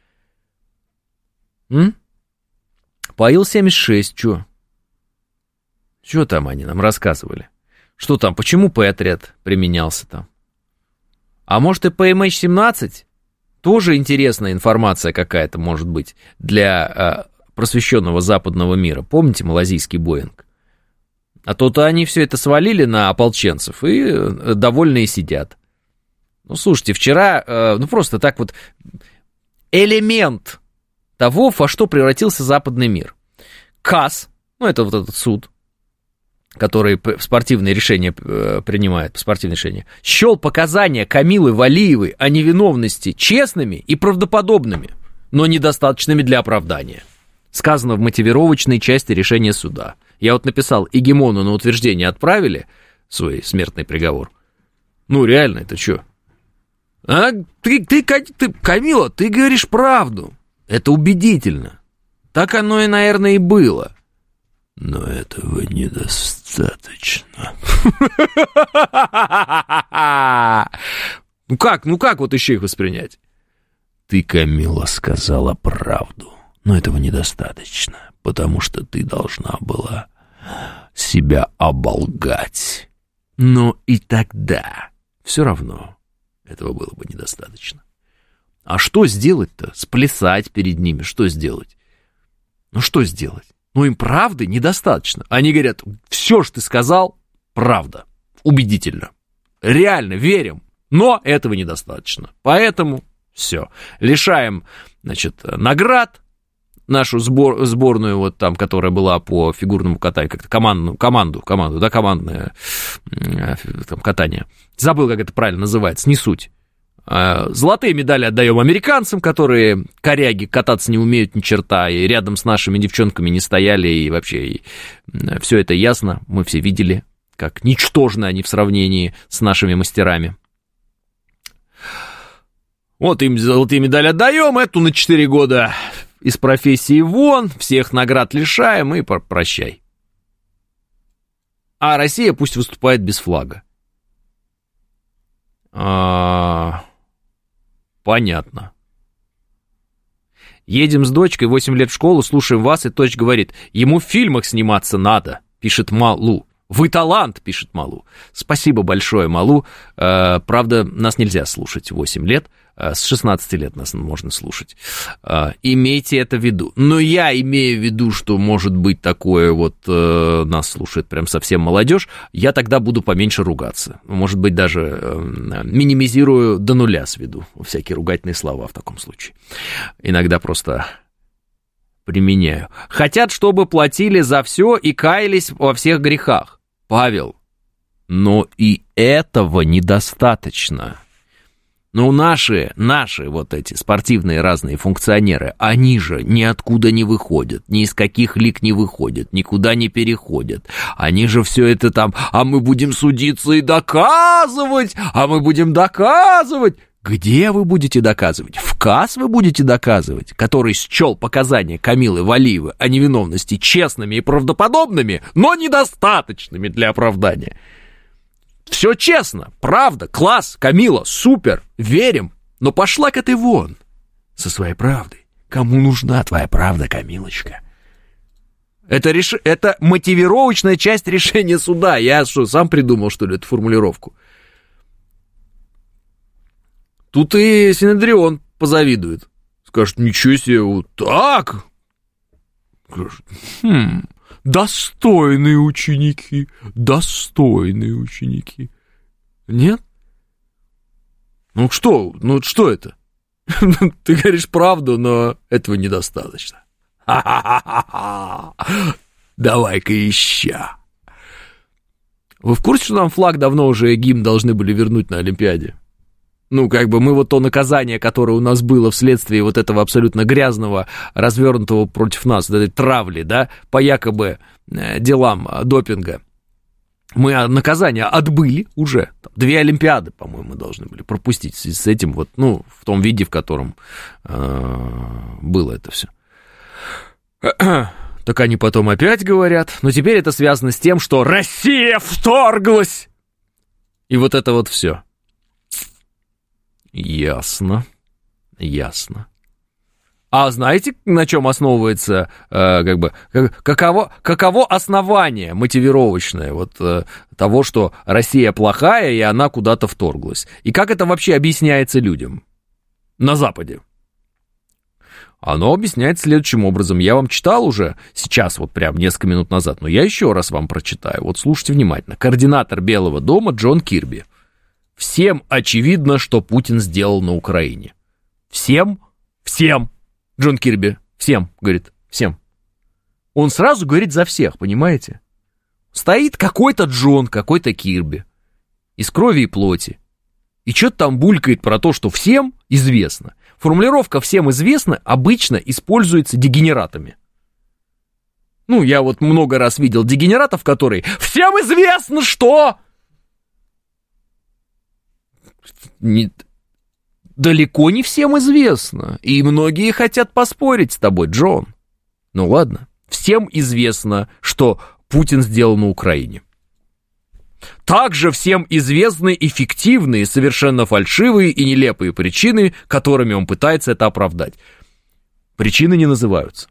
ПАИЛ-76, чё там они нам рассказывали? Что там, почему П-отряд применялся там? А может и ПМХ-17? Тоже интересная информация какая-то может быть для просвещенного западного мира. Помните малазийский Боинг? А то-то они все это свалили на ополченцев и довольные сидят. Ну, слушайте, вчера, просто так вот, элемент того, во что превратился западный мир. КАС, это вот этот суд, который спортивные решения принимает, спортивные решения, счел показания Камилы Валиевой о невиновности честными и правдоподобными, но недостаточными для оправдания. Сказано в мотивировочной части решения суда. Я вот написал, Егемону на утверждение отправили свой смертный приговор. Ну, реально, это что? Ты, Камила, ты говоришь правду. Это убедительно. Так оно и, наверное, и было. Но этого недостаточно. Ну как вот еще их воспринять? Ты, Камила, сказала правду, но этого недостаточно, потому что ты должна была себя оболгать. Но и тогда все равно этого было бы недостаточно. А что сделать-то? Сплясать перед ними, что сделать? Ну что сделать? Ну им правды недостаточно. Они говорят, все, что ты сказал, правда, убедительно. Реально, верим, но этого недостаточно. Поэтому все. Лишаем, наград нашу сборную, вот там, которая была по фигурному катанию, как-то командное там, катание. Забыл, как это правильно называется, не суть. Золотые медали отдаем американцам, которые коряги, кататься не умеют ни черта, и рядом с нашими девчонками не стояли, и вообще все это ясно, мы все видели, как ничтожны они в сравнении с нашими мастерами. Вот им золотые медали отдаем, эту на 4 года из профессии вон, всех наград лишаем и прощай. А Россия пусть выступает без флага. Понятно. Едем с дочкой, 8 лет в школу, слушаем вас, и дочь говорит, ему в фильмах сниматься надо, пишет Малу. Вы талант, пишет Малу. Спасибо большое, Малу. Правда, нас нельзя слушать 8 лет. С 16 лет нас можно слушать. Имейте это в виду. Но я имею в виду, что может быть такое, вот нас слушает прям совсем молодежь, я тогда буду поменьше ругаться. Может быть, даже минимизирую до нуля сведу всякие ругательные слова в таком случае. Иногда просто применяю. Хотят, чтобы платили за все и каялись во всех грехах. Павел, но и этого недостаточно. Но наши вот эти спортивные разные функционеры, они же ниоткуда не выходят, ни из каких лиг не выходят, никуда не переходят. Они же все это там, а мы будем судиться и доказывать, а мы будем доказывать. Где вы будете доказывать? В КАС вы будете доказывать, который счел показания Камилы Валиевой о невиновности честными и правдоподобными, но недостаточными для оправдания. Все честно, правда, класс, Камила, супер, верим, но пошла-ка ты вон со своей правдой. Кому нужна твоя правда, Камилочка? Это мотивировочная часть решения суда. Я что, сам придумал, что ли, эту формулировку? Тут и Синедрион позавидует. Скажет, ничего себе, вот так. Достойные ученики. Нет? Ну что это? Ты говоришь правду, но этого недостаточно. Давай-ка еще. Вы в курсе, что нам флаг давно уже, гимн должны были вернуть на Олимпиаде? Ну, как бы мы вот то наказание, которое у нас было вследствие вот этого абсолютно грязного, развернутого против нас, вот этой травли, да, по якобы делам допинга, мы наказание отбыли уже. 2 Олимпиады, по-моему, должны были пропустить в связи с этим, вот, ну, в том виде, в котором было это все. Так они потом опять говорят, но теперь это связано с тем, что Россия вторглась! И вот это вот все. Ясно. А знаете, на чем основывается, каково основание мотивировочное вот того, что Россия плохая, и она куда-то вторглась? И как это вообще объясняется людям на Западе? Оно объясняется следующим образом. Я вам читал уже сейчас, вот прям несколько минут назад, но я еще раз вам прочитаю. Вот слушайте внимательно. Координатор Белого дома Джон Кирби. Всем очевидно, что Путин сделал на Украине. Всем. Джон Кирби. Всем, говорит, всем. Он сразу говорит за всех, понимаете? Стоит какой-то Джон, какой-то Кирби. Из крови и плоти. И что-то там булькает про то, что всем известно. Формулировка «всем известно» обычно используется дегенератами. Ну, я вот много раз видел дегенератов, которые «всем известно, что...» Далеко не всем известно. И многие хотят поспорить с тобой, Джон. Ну ладно. Всем известно, что Путин сделал на Украине. Также всем известны эффективные, совершенно фальшивые и нелепые причины, которыми он пытается это оправдать. Причины не называются.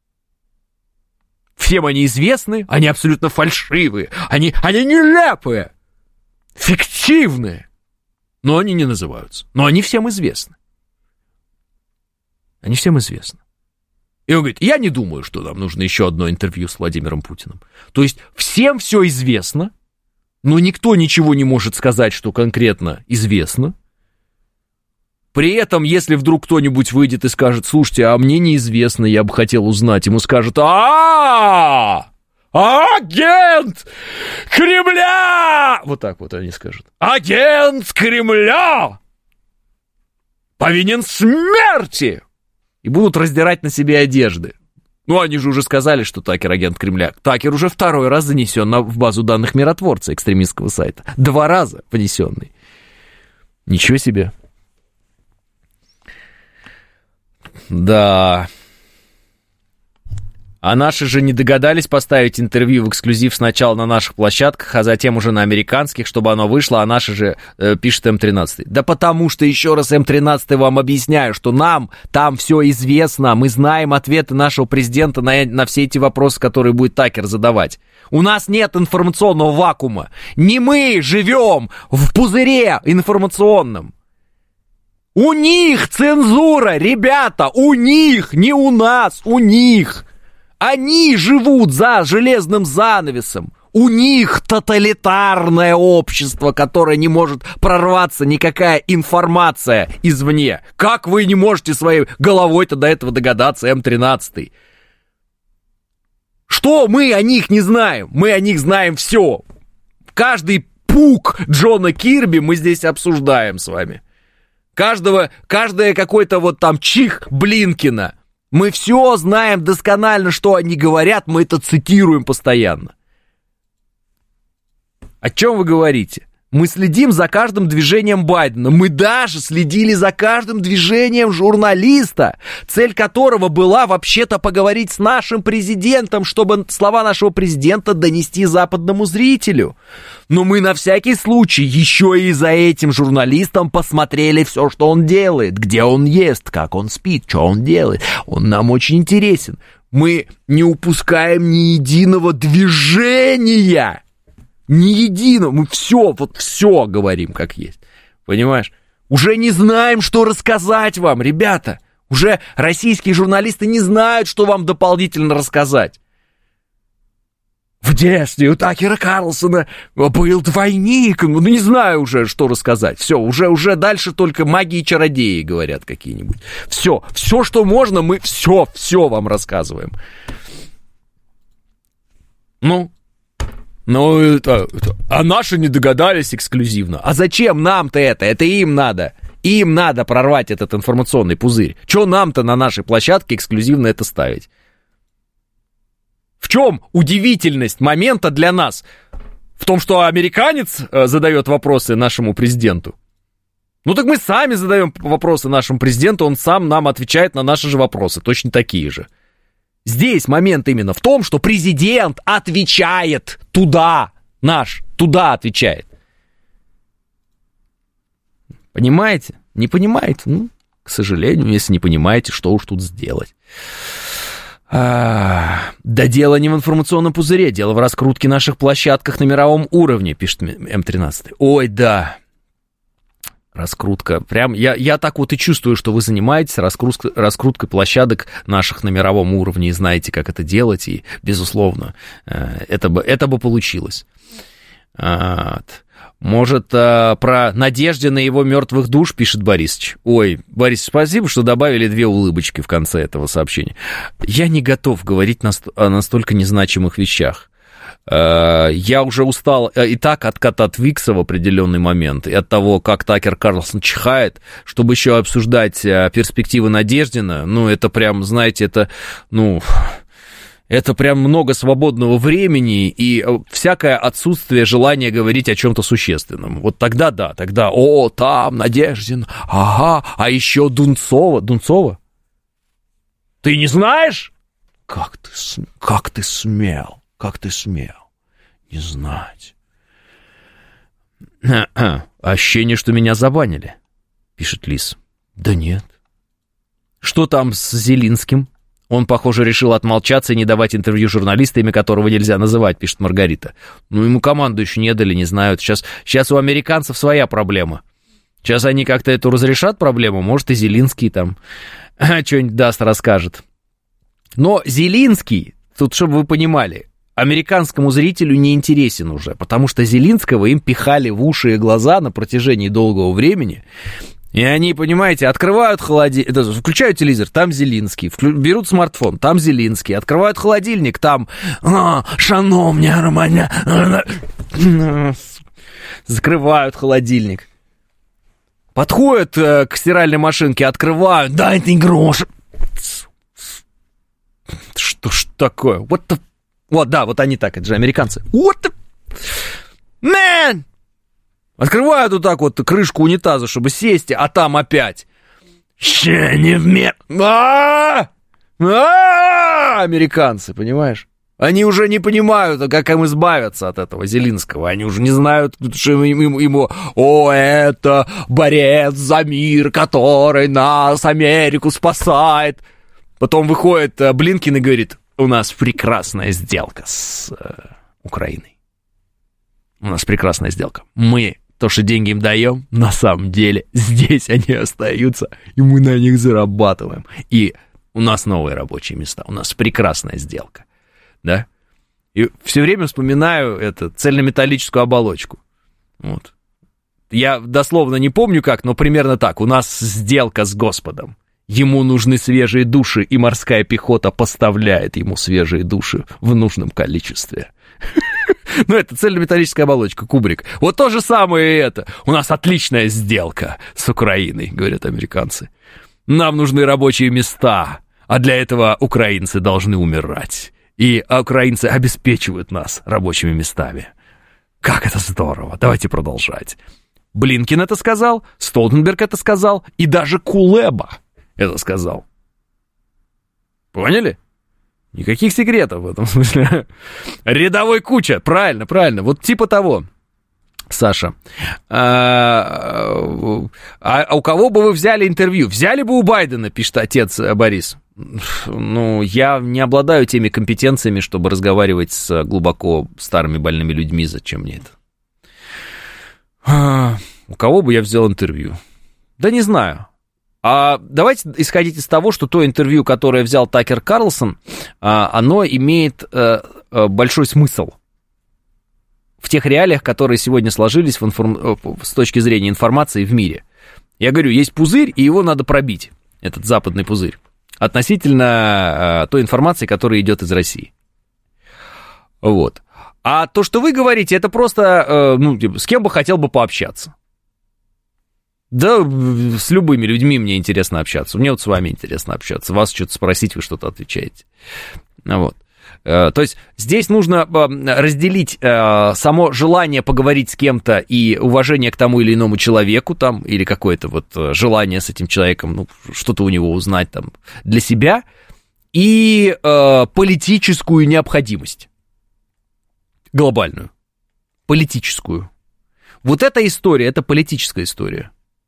Всем они известны, они абсолютно фальшивые, они нелепые, фиктивные. Но они не называются. Но они всем известны. Они всем известны. И он говорит, я не думаю, что нам нужно еще одно интервью с Владимиром Путиным. То есть всем все известно, но никто ничего не может сказать, что конкретно известно. При этом, если вдруг кто-нибудь выйдет и скажет, слушайте, а мне неизвестно, я бы хотел узнать, ему скажут, агент Кремля! Вот так вот они скажут. Агент Кремля! Повинен смерти! И будут раздирать на себе одежды. Ну, они же уже сказали, что Такер агент Кремля. Такер уже 2-й раз занесен в базу данных миротворца экстремистского сайта. 2 раза понесенный. Ничего себе. Да. А наши же не догадались поставить интервью в эксклюзив сначала на наших площадках, а затем уже на американских, чтобы оно вышло, а наши же пишет М13. Да потому что, еще раз М13 вам объясняю, что нам там все известно, мы знаем ответы нашего президента на все эти вопросы, которые будет Такер задавать. У нас нет информационного вакуума. Не мы живем в пузыре информационном. У них цензура, ребята, у них, не у нас, у них. Они живут за железным занавесом. У них тоталитарное общество, которое не может прорваться никакая информация извне. Как вы не можете своей головой-то до этого догадаться, М13? Что мы о них не знаем? Мы о них знаем все. Каждый пук Джона Кирби мы здесь обсуждаем с вами. Каждое какой-то вот там чих Блинкина. Мы все знаем досконально, что они говорят, мы это цитируем постоянно. О чем вы говорите? Мы следим за каждым движением Байдена. Мы даже следили за каждым движением журналиста, цель которого была вообще-то поговорить с нашим президентом, чтобы слова нашего президента донести западному зрителю. Но мы на всякий случай еще и за этим журналистом посмотрели все, что он делает, где он ест, как он спит, что он делает. Он нам очень интересен. Мы не упускаем ни единого движения. Ни единого, мы все говорим как есть, понимаешь? Уже не знаем, что рассказать вам, ребята, Уже российские журналисты не знают, что вам дополнительно рассказать. В детстве у Такера Карлсона был двойник. Ну, не знаю уже, что рассказать. Все, уже дальше только маги и чародеи говорят какие-нибудь. Все, что можно, мы все вам рассказываем. А наши не догадались эксклюзивно. А зачем нам-то это? Это им надо. Им надо прорвать этот информационный пузырь. Че нам-то на нашей площадке эксклюзивно это ставить? В чем удивительность момента для нас? В том, что американец задает вопросы нашему президенту? Ну так мы сами задаем вопросы нашему президенту, он сам нам отвечает на наши же вопросы, точно такие же. Здесь момент именно в том, что президент отвечает туда отвечает. Понимаете? Не понимаете? Ну, к сожалению, если не понимаете, что уж тут сделать. Да дело не в информационном пузыре, дело в раскрутке наших площадках на мировом уровне, пишет М13. Ой, да. Раскрутка. Прям я так вот и чувствую, что вы занимаетесь раскруткой площадок наших на мировом уровне и знаете, как это делать, и, безусловно, это бы получилось. Может, про Надеждина и его мертвых душ, пишет Борисыч. Ой, Борис, спасибо, что добавили 2 улыбочки в конце этого сообщения. Я не готов говорить о настолько незначимых вещах. Я уже устал и так от кота Твикса в определенный момент, и от того, как Такер Карлсон чихает, чтобы еще обсуждать перспективы Надеждина. Ну, это прям, знаете, это прям много свободного времени и всякое отсутствие желания говорить о чем-то существенном. Вот тогда да, там Надеждин, ага, а еще Дунцова. Дунцова? Ты не знаешь? Как ты смел не знать? Ощущение, что меня забанили, пишет Лис. Да нет. Что там с Зелинским? Он, похоже, решил отмолчаться и не давать интервью журналисту, имя которого нельзя называть, пишет Маргарита. Ну, ему команду еще не дали, не знают. Сейчас у американцев своя проблема. Сейчас они как-то эту разрешат проблему, может, и Зелинский там что-нибудь даст, расскажет. Но Зелинский, тут, чтобы вы понимали, американскому зрителю не интересен уже, потому что Зелинского им пихали в уши и глаза на протяжении долгого времени. И они, понимаете, открывают холодильник, включают телевизор, там Зелинский, берут смартфон, там Зелинский, открывают холодильник, там шановня Романя, закрывают холодильник. Подходят к стиральной машинке, открывают, дайте грош. Что ж такое? Вот, да, вот они так, это же американцы. What the... Man! Открывают вот так вот крышку унитаза, чтобы сесть, а там опять. Ще не в мер... Американцы, понимаешь? Они уже не понимают, как им избавиться от этого Зелинского. Они уже не знают, что ему... это борец за мир, который нас, Америку, спасает. Потом выходит Блинкин и говорит, у нас прекрасная сделка с Украиной. У нас прекрасная сделка. Мы то, что деньги им даем, на самом деле здесь они остаются, и мы на них зарабатываем. И у нас новые рабочие места. У нас прекрасная сделка. Да? И все время вспоминаю цельнометаллическую оболочку. Вот. Я дословно не помню как, но примерно так. У нас сделка с Господом. Ему нужны свежие души, и морская пехота поставляет ему свежие души в нужном количестве. Ну, это цельнометаллическая оболочка, кубрик. Вот то же самое и это. У нас отличная сделка с Украиной, говорят американцы. Нам нужны рабочие места, а для этого украинцы должны умирать. И украинцы обеспечивают нас рабочими местами. Как это здорово. Давайте продолжать. Блинкин это сказал, Столтенберг это сказал, и даже Кулеба это сказал. Поняли? Никаких секретов в этом смысле. Рядовой Куча, правильно, вот типа того. Саша, у кого бы вы взяли интервью? Взяли бы у Байдена, пишет отец Борис. Ну, я не обладаю теми компетенциями, чтобы разговаривать с глубоко старыми больными людьми. Зачем мне это? У кого бы я взял интервью? Да не знаю. давайте исходить из того, что то интервью, которое взял Такер Карлсон, оно имеет большой смысл в тех реалиях, которые сегодня сложились с точки зрения информации в мире. Я говорю, есть пузырь, и его надо пробить, этот западный пузырь, относительно той информации, которая идет из России. Вот. А то, что вы говорите, это просто, с кем бы хотел бы пообщаться. Да, с любыми людьми мне интересно общаться. Мне вот с вами интересно общаться. Вас что-то спросить, вы что-то отвечаете. Вот. То есть здесь нужно разделить само желание поговорить с кем-то и уважение к тому или иному человеку, там, или какое-то вот желание с этим человеком, что-то у него узнать там для себя, и политическую необходимость. Глобальную. Политическую. Вот эта история, это политическая история.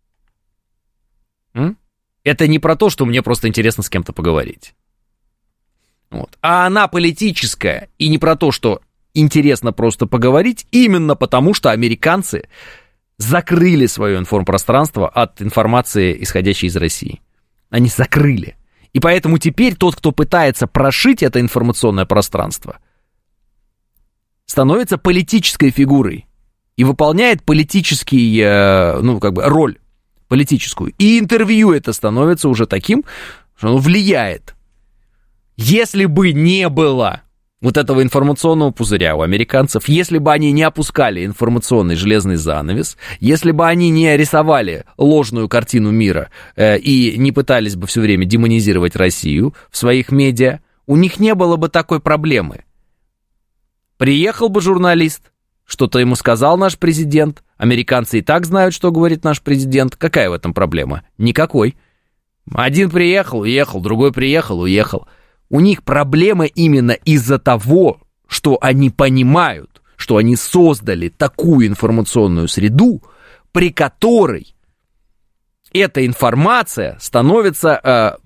Это не про то, что мне просто интересно с кем-то поговорить. Вот. А она политическая, и не про то, что интересно просто поговорить, именно потому, что американцы закрыли свое информпространство от информации, исходящей из России. Они закрыли. И поэтому теперь тот, кто пытается прошить это информационное пространство, становится политической фигурой и выполняет политический, роль политическую. И интервью это становится уже таким, что оно влияет. Если бы не было вот этого информационного пузыря у американцев, если бы они не опускали информационный железный занавес, если бы они не рисовали ложную картину мира и не пытались бы все время демонизировать Россию в своих медиа, у них не было бы такой проблемы. Приехал бы журналист, что-то ему сказал наш президент, американцы и так знают, что говорит наш президент. Какая в этом проблема? Никакой. Один приехал, уехал, другой приехал, уехал. У них проблема именно из-за того, что они понимают, что они создали такую информационную среду, при которой эта информация становится,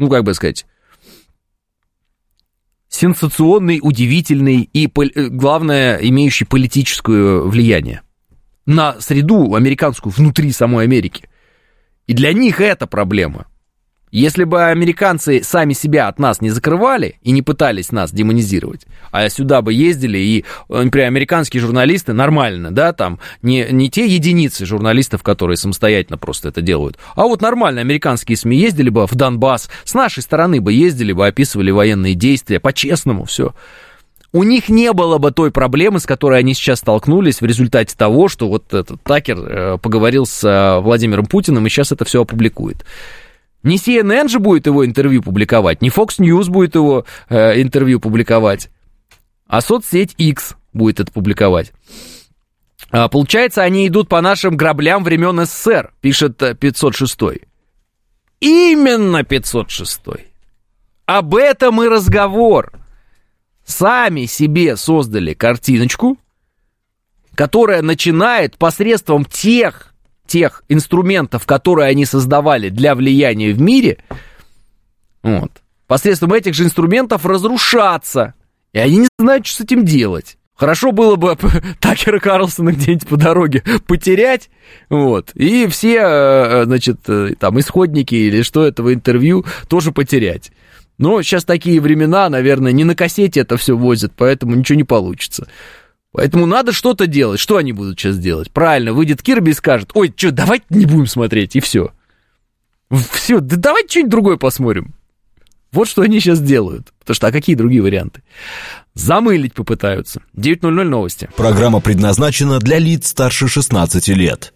сенсационной, удивительной и, главное, имеющей политическое влияние на среду американскую внутри самой Америки. И для них это проблема. Если бы американцы сами себя от нас не закрывали и не пытались нас демонизировать, а сюда бы ездили, и, например, американские журналисты нормально, да, там, не те единицы журналистов, которые самостоятельно просто это делают, а вот нормально американские СМИ ездили бы в Донбасс, с нашей стороны бы ездили бы, описывали военные действия, по-честному все. У них не было бы той проблемы, с которой они сейчас столкнулись в результате того, что вот этот Такер поговорил с Владимиром Путиным и сейчас это все опубликует. Не CNN же будет его интервью публиковать, не Fox News будет его интервью публиковать, а соцсеть X будет это публиковать. Получается, они идут по нашим граблям времен СССР, пишет 506. Именно 506. Об этом и разговор. Сами себе создали картиночку, которая начинает посредством тех инструментов, которые они создавали для влияния в мире, вот, посредством этих же инструментов разрушаться. И они не знают, что с этим делать. Хорошо было бы Такера Карлсона где-нибудь по дороге потерять, вот, и все, там, исходники или что этого интервью тоже потерять. Но сейчас такие времена, наверное, не на кассете это все возят, поэтому ничего не получится. Поэтому надо что-то делать. Что они будут сейчас делать? Правильно, выйдет Кирби и скажет: ой, что, давайте не будем смотреть, и все. Все, да давайте что-нибудь другое посмотрим. Вот что они сейчас делают. Потому что, а какие другие варианты? Замылить попытаются. 9:00 новости. Программа предназначена для лиц старше 16 лет.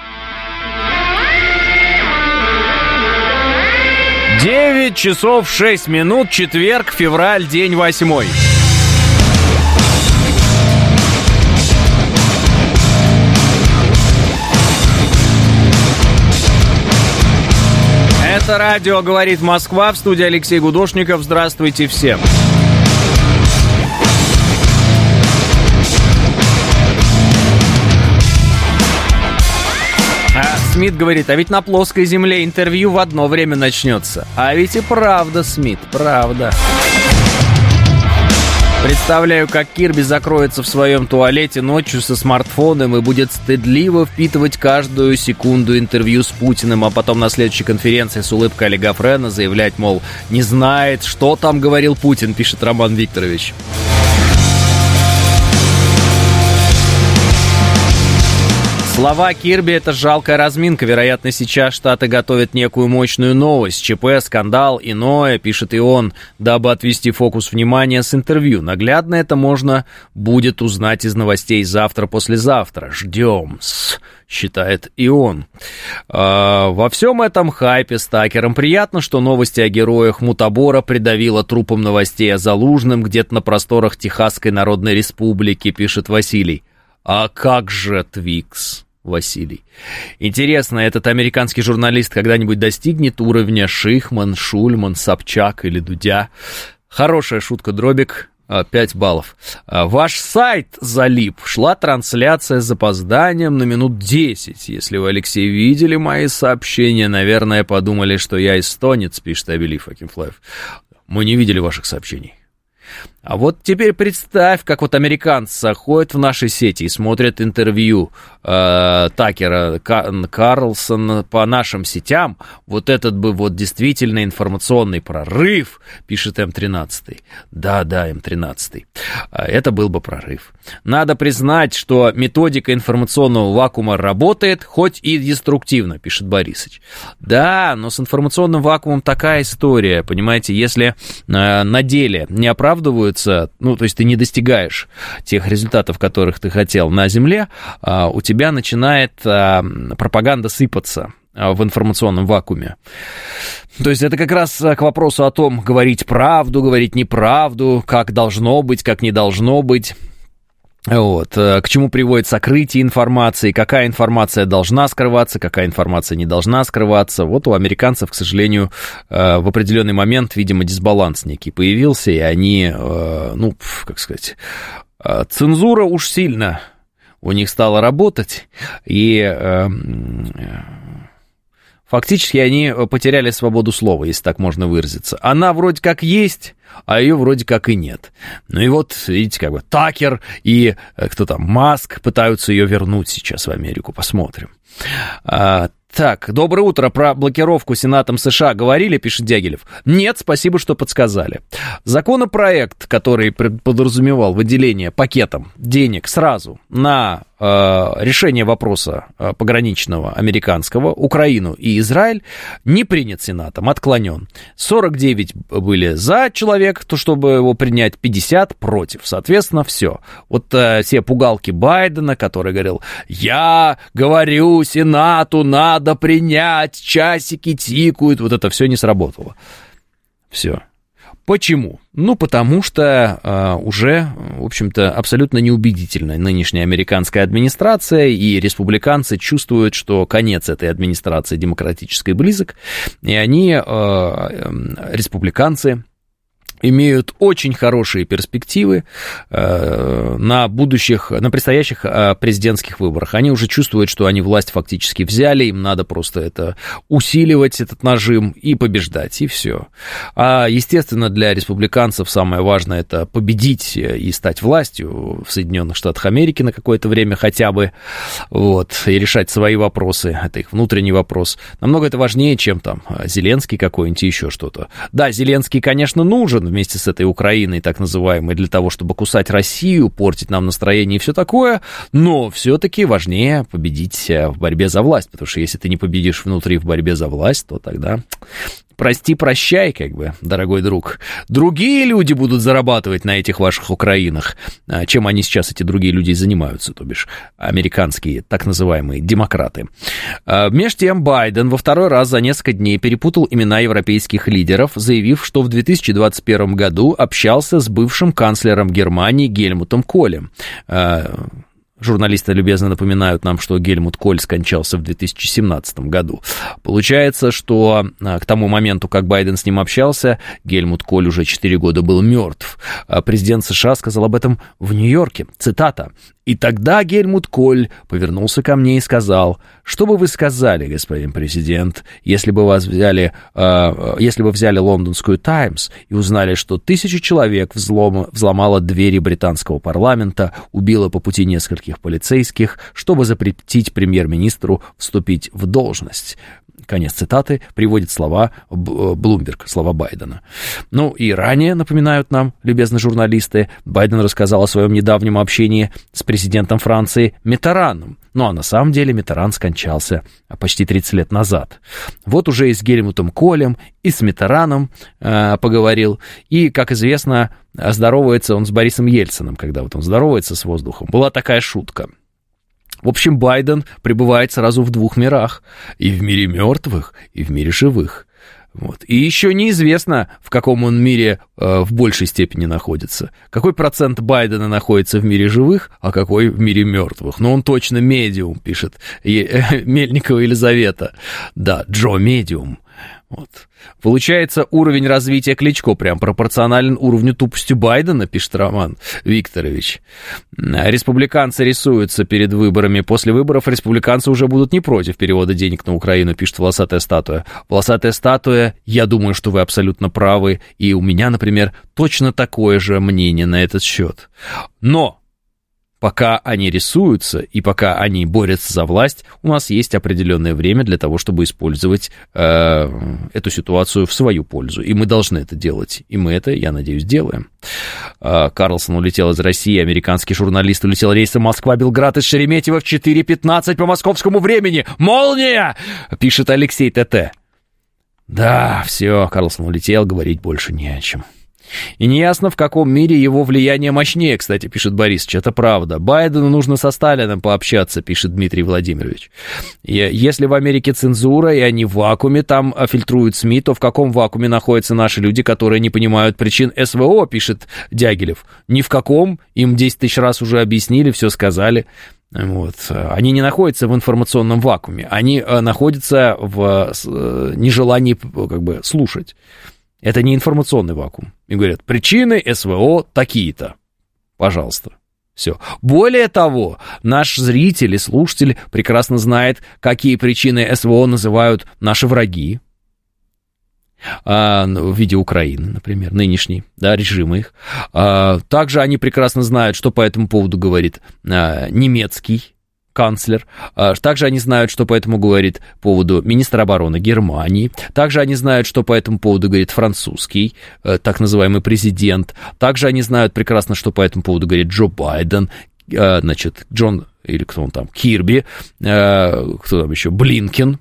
9 часов 6 минут, четверг, февраль, день 8. Это радио «Говорит Москва», в студии Алексей Гудошников. Здравствуйте всем. Смит говорит, а ведь на плоской земле интервью в одно время начнется. А ведь и правда, Смит, правда. Представляю, как Кирби закроется в своем туалете ночью со смартфоном и будет стыдливо впитывать каждую секунду интервью с Путиным, а потом на следующей конференции с улыбкой Олега Френа заявлять, мол, не знает, что там говорил Путин, пишет Роман Викторович. Слова Кирби – это жалкая разминка. Вероятно, сейчас Штаты готовят некую мощную новость. ЧП, скандал, иное, пишет и он, дабы отвести фокус внимания с интервью. Наглядно это можно будет узнать из новостей завтра-послезавтра. Ждем-с, считает и он. Во всем этом хайпе с Такером приятно, что новости о героях Мутабора придавило трупом новостей о Залужном где-то на просторах Техасской Народной Республики, пишет Василий. А как же Твикс, Василий? Интересно, этот американский журналист когда-нибудь достигнет уровня Шихман, Шульман, Собчак или Дудя? Хорошая шутка, Дробик. 5 баллов. Ваш сайт залип. Шла трансляция с запозданием на минут 10. Если вы, Алексей, видели мои сообщения, наверное, подумали, что я эстонец, пишет Абелив Акинфлаев. Мы не видели ваших сообщений. А вот теперь представь, как вот американцы заходят в наши сети и смотрят интервью Такера Карлсона по нашим сетям. Вот этот бы вот действительно информационный прорыв, пишет М13. Да, М13. Это был бы прорыв. Надо признать, что методика информационного вакуума работает, хоть и деструктивно, пишет Борисыч. Да, но с информационным вакуумом такая история, понимаете, если на деле не оправдываются, ну, то есть ты не достигаешь тех результатов, которых ты хотел на Земле, у тебя начинает пропаганда сыпаться в информационном вакууме. То есть это как раз к вопросу о том, говорить правду, говорить неправду, как должно быть, как не должно быть. Вот. К чему приводит сокрытие информации, какая информация должна скрываться, какая информация не должна скрываться. Вот у американцев, к сожалению, в определенный момент, видимо, дисбаланс некий появился, и они, ну, как сказать, цензура уж сильно у них стала работать, и фактически они потеряли свободу слова, если так можно выразиться. Она вроде как есть, а ее вроде как и нет. Ну и вот, видите, как бы Такер и кто там, Маск пытаются ее вернуть сейчас в Америку. Посмотрим. Так, доброе утро. Про блокировку Сенатом США говорили, пишет Дягилев? Нет, спасибо, что подсказали. Законопроект, который подразумевал выделение пакетом денег сразу на решение вопроса пограничного американского, Украину и Израиль, не принят Сенатом, отклонен. 49 были за человек, то чтобы его принять, 50 против. Соответственно, все. Вот все пугалки Байдена, который говорил, я говорю Сенату, надо принять, часики тикают, вот это все не сработало. Все. Почему? Ну, потому что уже, в общем-то, абсолютно неубедительна нынешняя американская администрация, и республиканцы чувствуют, что конец этой администрации демократической близок, и они, республиканцы, имеют очень хорошие перспективы на предстоящих президентских выборах. Они уже чувствуют, что они власть фактически взяли, им надо просто это усиливать, этот нажим, и побеждать, и все. А, естественно, для республиканцев самое важное — это победить и стать властью в Соединенных Штатах Америки на какое-то время хотя бы, вот, и решать свои вопросы, это их внутренний вопрос. Намного это важнее, чем там Зеленский какой-нибудь и еще что-то. Да, Зеленский, конечно, нужен вместе с этой Украиной, так называемой, для того, чтобы кусать Россию, портить нам настроение и все такое, но все-таки важнее победить в борьбе за власть, потому что если ты не победишь внутри в борьбе за власть, то тогда прости-прощай, как бы, дорогой друг. Другие люди будут зарабатывать на этих ваших Украинах, чем они сейчас, эти другие люди, занимаются, то бишь американские так называемые демократы. Меж тем Байден во второй раз за несколько дней перепутал имена европейских лидеров, заявив, что в 2021 году общался с бывшим канцлером Германии Гельмутом Колем. Журналисты любезно напоминают нам, что Гельмут Коль скончался в 2017 году. Получается, что к тому моменту, как Байден с ним общался, Гельмут Коль уже 4 года был мертв. Президент США сказал об этом в Нью-Йорке. Цитата. «И тогда Гельмут Коль повернулся ко мне и сказал: что бы вы сказали, господин президент, если бы взяли лондонскую «Таймс» и узнали, что 1000 человек взломало двери британского парламента, убило по пути нескольких полицейских, чтобы запретить премьер-министру вступить в должность». Конец цитаты, приводит слова Bloomberg, слова Байдена. Ну и ранее, напоминают нам, любезные журналисты, Байден рассказал о своем недавнем общении с президентом Франции Миттераном. Ну а на самом деле Миттеран скончался почти 30 лет назад. Вот уже и с Гельмутом Колем, и с Миттераном поговорил. И, как известно, здоровается он с Борисом Ельциным, когда вот он здоровается с воздухом. Была такая шутка. В общем, Байден пребывает сразу в 2 мирах. И в мире мертвых, и в мире живых. Вот. И еще неизвестно, в каком он мире в большей степени находится. Какой процент Байдена находится в мире живых, а какой в мире мертвых. Но он точно медиум, пишет Мельникова Елизавета. Да, Джо медиум. Вот. Получается, уровень развития Кличко прям пропорционален уровню тупости Байдена, пишет Роман Викторович. Республиканцы рисуются перед выборами. После выборов республиканцы уже будут не против перевода денег на Украину, пишет Волосатая статуя. Волосатая статуя, я думаю, что вы абсолютно правы. И у меня, например, точно такое же мнение на этот счет. Но пока они рисуются и пока они борются за власть, у нас есть определенное время для того, чтобы использовать эту ситуацию в свою пользу. И мы должны это делать. И мы это, я надеюсь, делаем. Карлсон улетел из России, американский журналист улетел рейсом Москва-Белград из Шереметьево в 4:15 по московскому времени. Молния! Пишет Алексей ТТ. Да, все, Карлсон улетел, говорить больше не о чем. И неясно, в каком мире его влияние мощнее, кстати, пишет Борисович, это правда. Байдену нужно со Сталиным пообщаться, пишет Дмитрий Владимирович. И если в Америке цензура, и они в вакууме там фильтруют СМИ, то в каком вакууме находятся наши люди, которые не понимают причин СВО, пишет Дягилев. Ни в каком, им 10 тысяч раз уже объяснили, все сказали. Вот. Они не находятся в информационном вакууме, они находятся в нежелании как бы слушать. Это не информационный вакуум. И говорят, причины СВО такие-то. Пожалуйста. Все. Более того, наш зритель и слушатель прекрасно знает, какие причины СВО называют наши враги. В виде Украины, например, нынешней, да, режима их. Также они прекрасно знают, что по этому поводу говорит немецкий канцлер. Также они знают, что по этому говорит по поводу министра обороны Германии. Также они знают, что по этому поводу говорит французский, так называемый президент. Также они знают прекрасно, что по этому поводу говорит Джо Байден, значит, Джон, или кто он там, Кирби, кто там еще, Блинкен,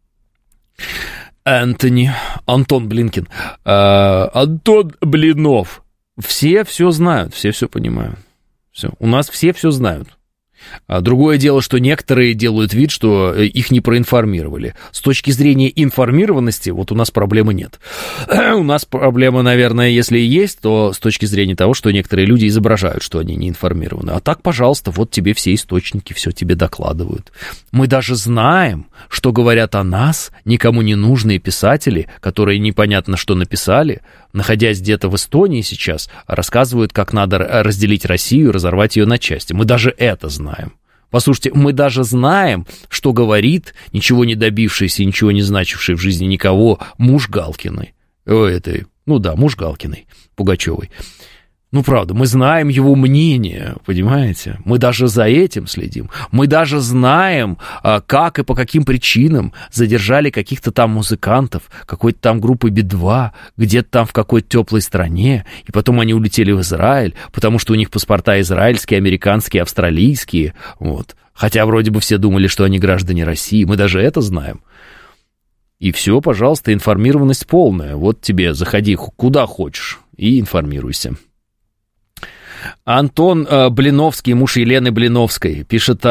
Антон Блинкен, Антон Блинов. Все знают, все понимают. Все. У нас все знают. Другое дело, что некоторые делают вид, что их не проинформировали. С точки зрения информированности, вот у нас проблемы нет. У нас проблема, наверное, если и есть, то с точки зрения того, что некоторые люди изображают, что они не информированы. А так, пожалуйста, вот тебе все источники, все тебе докладывают. Мы даже знаем, что говорят о нас никому не нужные писатели, которые непонятно что написали, находясь где-то в Эстонии сейчас, рассказывают, как надо разделить Россию и разорвать ее на части. Мы даже это знаем. Послушайте, мы даже знаем, что говорит ничего не добившийся, ничего не значивший в жизни никого муж Галкиной. Муж Галкиной, Пугачевой. Ну, правда, мы знаем его мнение, понимаете? Мы даже за этим следим. Мы даже знаем, как и по каким причинам задержали каких-то там музыкантов, какой-то там группы Би-2, где-то там в какой-то теплой стране, и потом они улетели в Израиль, потому что у них паспорта израильские, американские, австралийские, вот. Хотя вроде бы все думали, что они граждане России, мы даже это знаем. И все, пожалуйста, информированность полная. Вот тебе, заходи куда хочешь и информируйся. Антон Блиновский, муж Елены Блиновской, пишет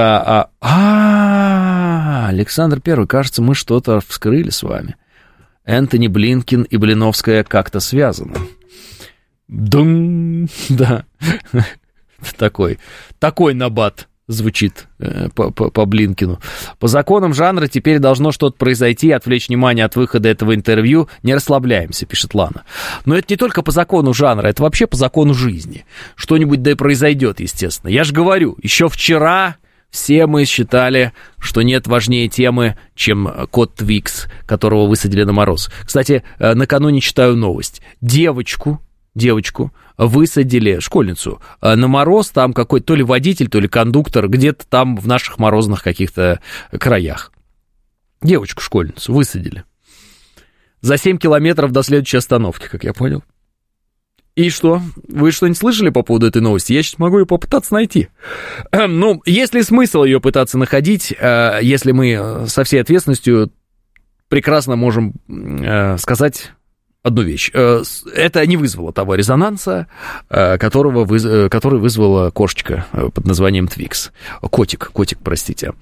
Александр I, кажется, мы что-то вскрыли с вами. Энтони Блинкен и Блиновская как-то связаны. Да, такой набат звучит по Блинкину. По законам жанра теперь должно что-то произойти, отвлечь внимание от выхода этого интервью. Не расслабляемся, пишет Лана. Но это не только по закону жанра, это вообще по закону жизни. Что-нибудь да и произойдет, естественно. Я же говорю, еще вчера все мы считали, что нет важнее темы, чем кот Твикс, которого высадили на мороз. Кстати, накануне читаю новость. Девочку высадили, школьницу, на мороз, там какой-то то ли водитель, то ли кондуктор, где-то там в наших морозных каких-то краях. Девочку-школьницу высадили. За 7 километров до следующей остановки, как я понял. И что? Вы что-нибудь слышали по поводу этой новости? Я сейчас могу ее попытаться найти. Ну, есть ли смысл ее пытаться находить, если мы со всей ответственностью прекрасно можем сказать одну вещь. Это не вызвало того резонанса, который вызвала кошечка под названием Твикс. Котик, простите.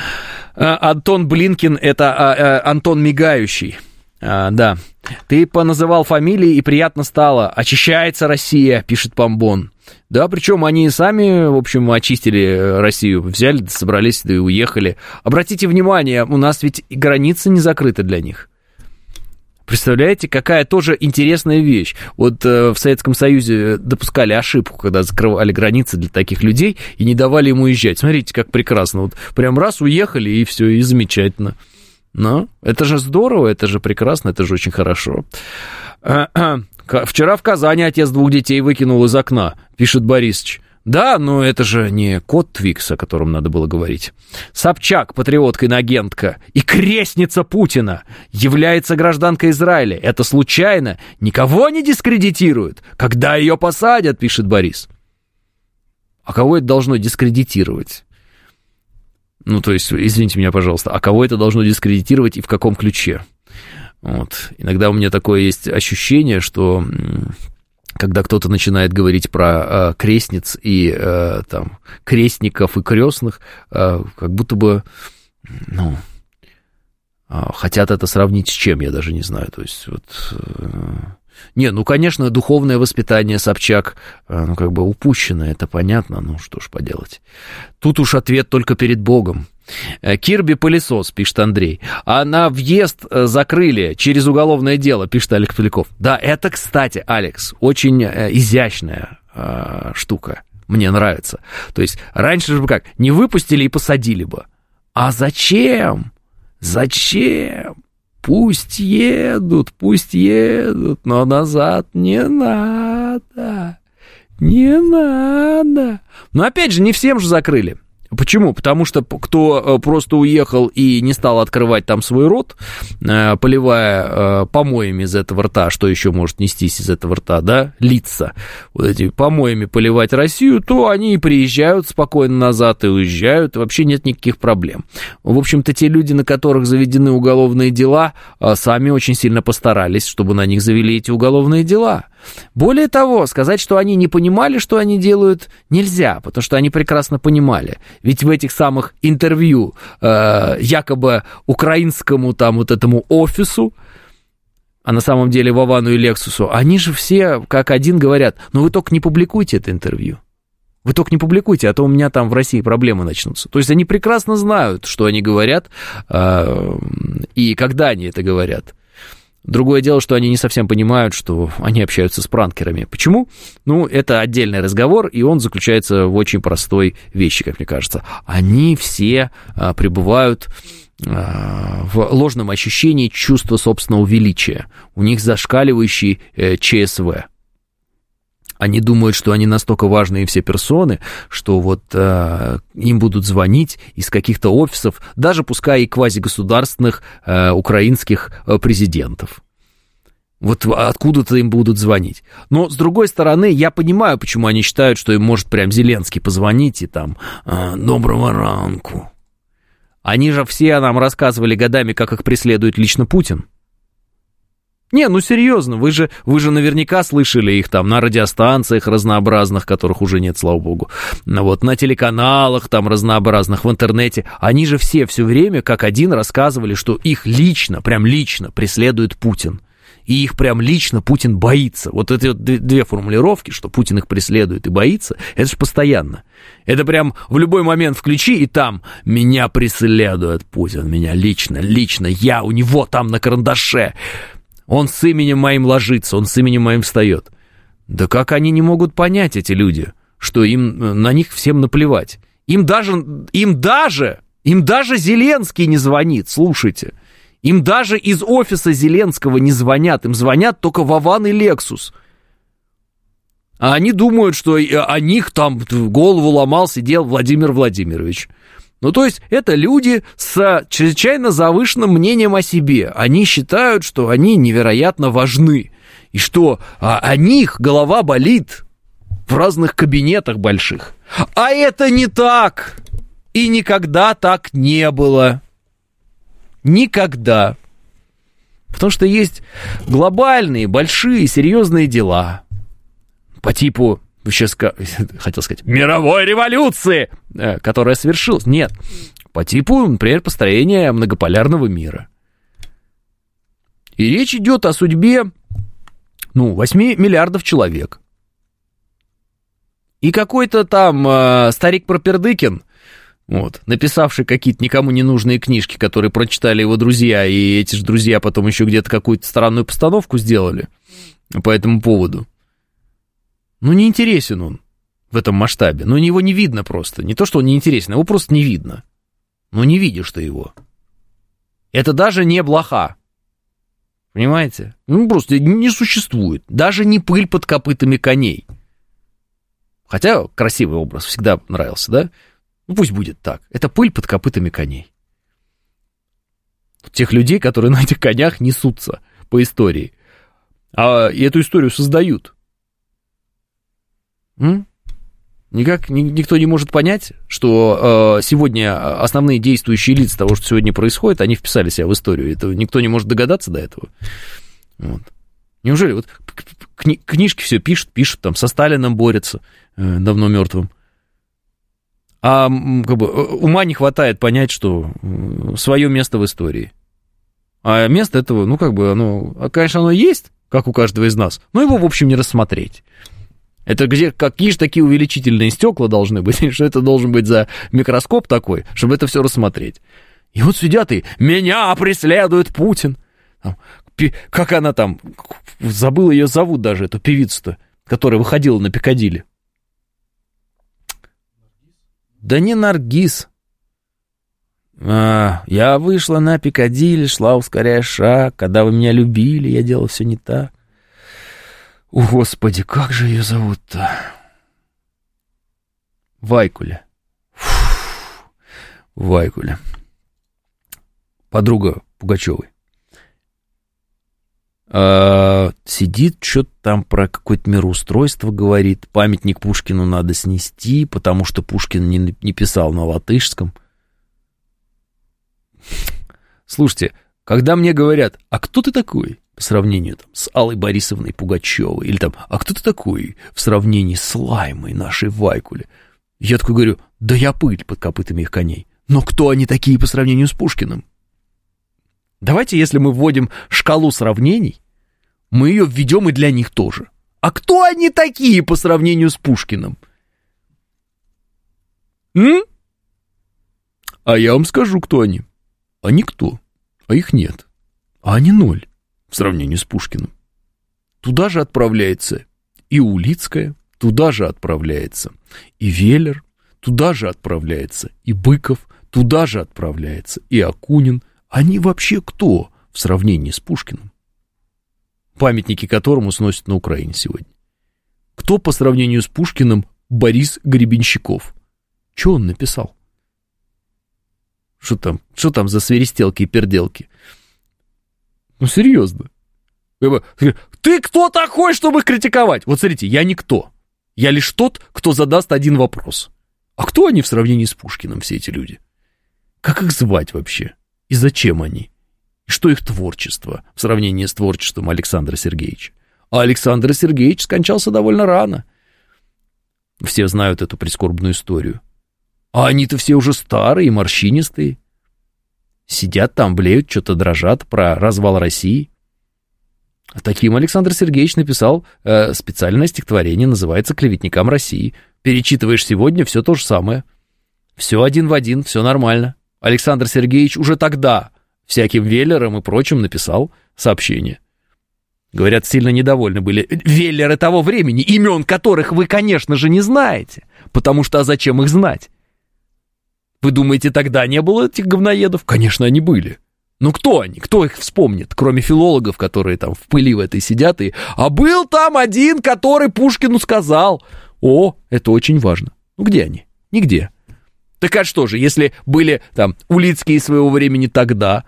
Антон Блинкин — это Антон Мигающий. Да. Ты поназывал фамилии, и приятно стало. Очищается Россия, пишет Помбон. Да, причем они сами, в общем, очистили Россию. Взяли, собрались, да и уехали. Обратите внимание, у нас ведь и границы не закрыты для них. Представляете, какая тоже интересная вещь. Вот в Советском Союзе допускали ошибку, когда закрывали границы для таких людей и не давали им уезжать. Смотрите, как прекрасно. Вот прям раз уехали, и все, и замечательно. Но это же здорово, это же прекрасно, это же очень хорошо. Вчера в Казани отец 2 детей выкинул из окна, пишет Борисыч. Да, но это же не кот Твикс, о котором надо было говорить. Собчак, патриотка-инагентка и крестница Путина, является гражданкой Израиля. Это случайно? Никого не дискредитирует? Когда ее посадят, пишет Борис. А кого это должно дискредитировать? Ну, то есть, извините меня, пожалуйста, а кого это должно дискредитировать и в каком ключе? Вот. Иногда у меня такое есть ощущение, что когда кто-то начинает говорить про крестниц и там, крестников и крестных, как будто бы, ну, хотят это сравнить с чем, я даже не знаю. То есть, вот... Не, ну, конечно, духовное воспитание Собчак, ну, как бы упущено, это понятно, ну, что ж поделать. Тут уж ответ только перед Богом. Кирби-пылесос, пишет Андрей. А на въезд закрыли через уголовное дело, пишет Алекс Поляков. Да, это, кстати, Алекс, очень изящная штука. Мне нравится. То есть раньше же как, не выпустили и посадили бы. А зачем? Зачем? Пусть едут, но назад не надо. Не надо. Но опять же, не всем же закрыли. Почему? Потому что кто просто уехал и не стал открывать там свой рот, поливая помоями из этого рта, что еще может нестись из этого рта, да, лица, вот эти помоями поливать Россию, то они и приезжают спокойно назад и уезжают, вообще нет никаких проблем. В общем-то, те люди, на которых заведены уголовные дела, сами очень сильно постарались, чтобы на них завели эти уголовные дела. Более того, сказать, что они не понимали, что они делают, нельзя, потому что они прекрасно понимали. Ведь в этих самых интервью якобы украинскому там вот этому офису, а на самом деле Вовану и Лексусу, они же все как один говорят, ну вы только не публикуйте это интервью. Вы только не публикуйте, а то у меня там в России проблемы начнутся. То есть они прекрасно знают, что они говорят, и когда они это говорят. Другое дело, что они не совсем понимают, что они общаются с пранкерами. Почему? Ну, это отдельный разговор, и он заключается в очень простой вещи, как мне кажется. Они все пребывают в ложном ощущении чувства собственного величия. У них зашкаливающий ЧСВ. Они думают, что они настолько важные все персоны, что вот им будут звонить из каких-то офисов, даже пускай и квазигосударственных украинских президентов. Вот откуда-то им будут звонить. Но, с другой стороны, я понимаю, почему они считают, что им может прям Зеленский позвонить и там «Доброго ранку». Они же все нам рассказывали годами, как их преследует лично Путин. Не, ну серьезно, вы же наверняка слышали их там на радиостанциях разнообразных, которых уже нет, слава богу, вот, на телеканалах там разнообразных, в интернете. Они же все время как один рассказывали, что их лично, прям лично преследует Путин. и их прям лично Путин боится. Вот эти вот две формулировки, что Путин их преследует и боится, это же постоянно. Это прям в любой момент включи, и там меня преследует Путин, меня лично, я у него там на карандаше. Он с именем моим ложится, он с именем моим встает. Да как они не могут понять, эти люди, что им на них всем наплевать? Им даже Зеленский не звонит, слушайте. Им даже из офиса Зеленского не звонят, им звонят только Вован и Лексус. А они думают, что о них там голову ломал, сидел Владимир Владимирович. Ну, то есть, это люди с чрезвычайно завышенным мнением о себе. Они считают, что они невероятно важны. И что о них голова болит в разных кабинетах больших. А это не так. И никогда так не было. Никогда. Потому что есть глобальные, большие, серьезные дела. По типу, сейчас хотел сказать, мировой революции, которая свершилась. Нет. По типу, например, построения многополярного мира. И речь идет о судьбе, 8 миллиардов человек. И какой-то там старик Пропердыкин, написавший какие-то никому не нужные книжки, которые прочитали его друзья, и эти же друзья потом еще где-то какую-то странную постановку сделали по этому поводу. Не интересен он в этом масштабе. Его не видно просто. Не то, что он не интересен, его просто не видно. Не видишь ты его. Это даже не блоха. Понимаете? Просто не существует. Даже не пыль под копытами коней. Хотя красивый образ всегда нравился, да? Пусть будет так. Это пыль под копытами коней. Тех людей, которые на этих конях несутся по истории. И эту историю создают. Никак никто не может понять, что сегодня основные действующие лица того, что сегодня происходит, они вписали себя в историю. Это никто не может догадаться до этого. Неужели книжки все пишут, там со Сталином борются, давно мертвым. А ума не хватает понять, что свое место в истории. А место этого, конечно, оно есть, как у каждого из нас, но его, в общем, не рассмотреть. Это какие же такие увеличительные стекла должны быть, что это должен быть за микроскоп такой, чтобы это все рассмотреть. И сидят и «Меня преследует Путин». Как она там, забыл ее зовут даже, эту певицу-то, которая выходила на Пикадилли. Да не Наргиз. Я вышла на Пикадилли, шла, ускоряя шаг. Когда вы меня любили, я делал все не так. О, Господи, как же ее зовут-то? Вайкуля. Вайкуля. Подруга Пугачевой. Сидит, что-то там про какое-то мироустройство говорит. Памятник Пушкину надо снести, потому что Пушкин не писал на латышском. Слушайте, когда мне говорят, а кто ты такой по сравнению с Аллой Борисовной Пугачевой, или а кто ты такой в сравнении с Лаймой, нашей Вайкуле, я такой говорю, да я пыль под копытами их коней. Но кто они такие по сравнению с Пушкиным? Давайте, если мы вводим шкалу сравнений, мы ее введем и для них тоже. А кто они такие по сравнению с Пушкиным? А я вам скажу, кто они. Они кто? А их нет. А они ноль в сравнении с Пушкиным. Туда же отправляется и Улицкая, туда же отправляется и Веллер, туда же отправляется и Быков, туда же отправляется и Акунин. Они вообще кто в сравнении с Пушкиным? Памятники которому сносят на Украине сегодня. Кто по сравнению с Пушкиным Борис Гребенщиков? Что он написал? Что там за свиристелки и перделки? Серьезно. Ты кто такой, чтобы их критиковать? Вот смотрите, я никто. Я лишь тот, кто задаст один вопрос. А кто они в сравнении с Пушкиным, все эти люди? Как их звать вообще? И зачем они? И что их творчество в сравнении с творчеством Александра Сергеевича? А Александр Сергеевич скончался довольно рано. Все знают эту прискорбную историю. А они-то все уже старые и морщинистые. Сидят там, блеют, что-то дрожат про развал России. Таким Александр Сергеевич написал специальное стихотворение, называется «Клеветникам России». Перечитываешь сегодня, все то же самое. Все один в один, все нормально. Александр Сергеевич уже тогда всяким веллерам и прочим написал сообщение. Говорят, сильно недовольны были веллеры того времени, имен которых вы, конечно же, не знаете. Потому что, а зачем их знать? Вы думаете, тогда не было этих говноедов? Конечно, они были. Ну кто они? Кто их вспомнит? Кроме филологов, которые там в пыли в этой сидят. А был там один, который Пушкину сказал. О, это очень важно. Ну где они? Нигде. Так а что же, если были там Улицкие своего времени тогда,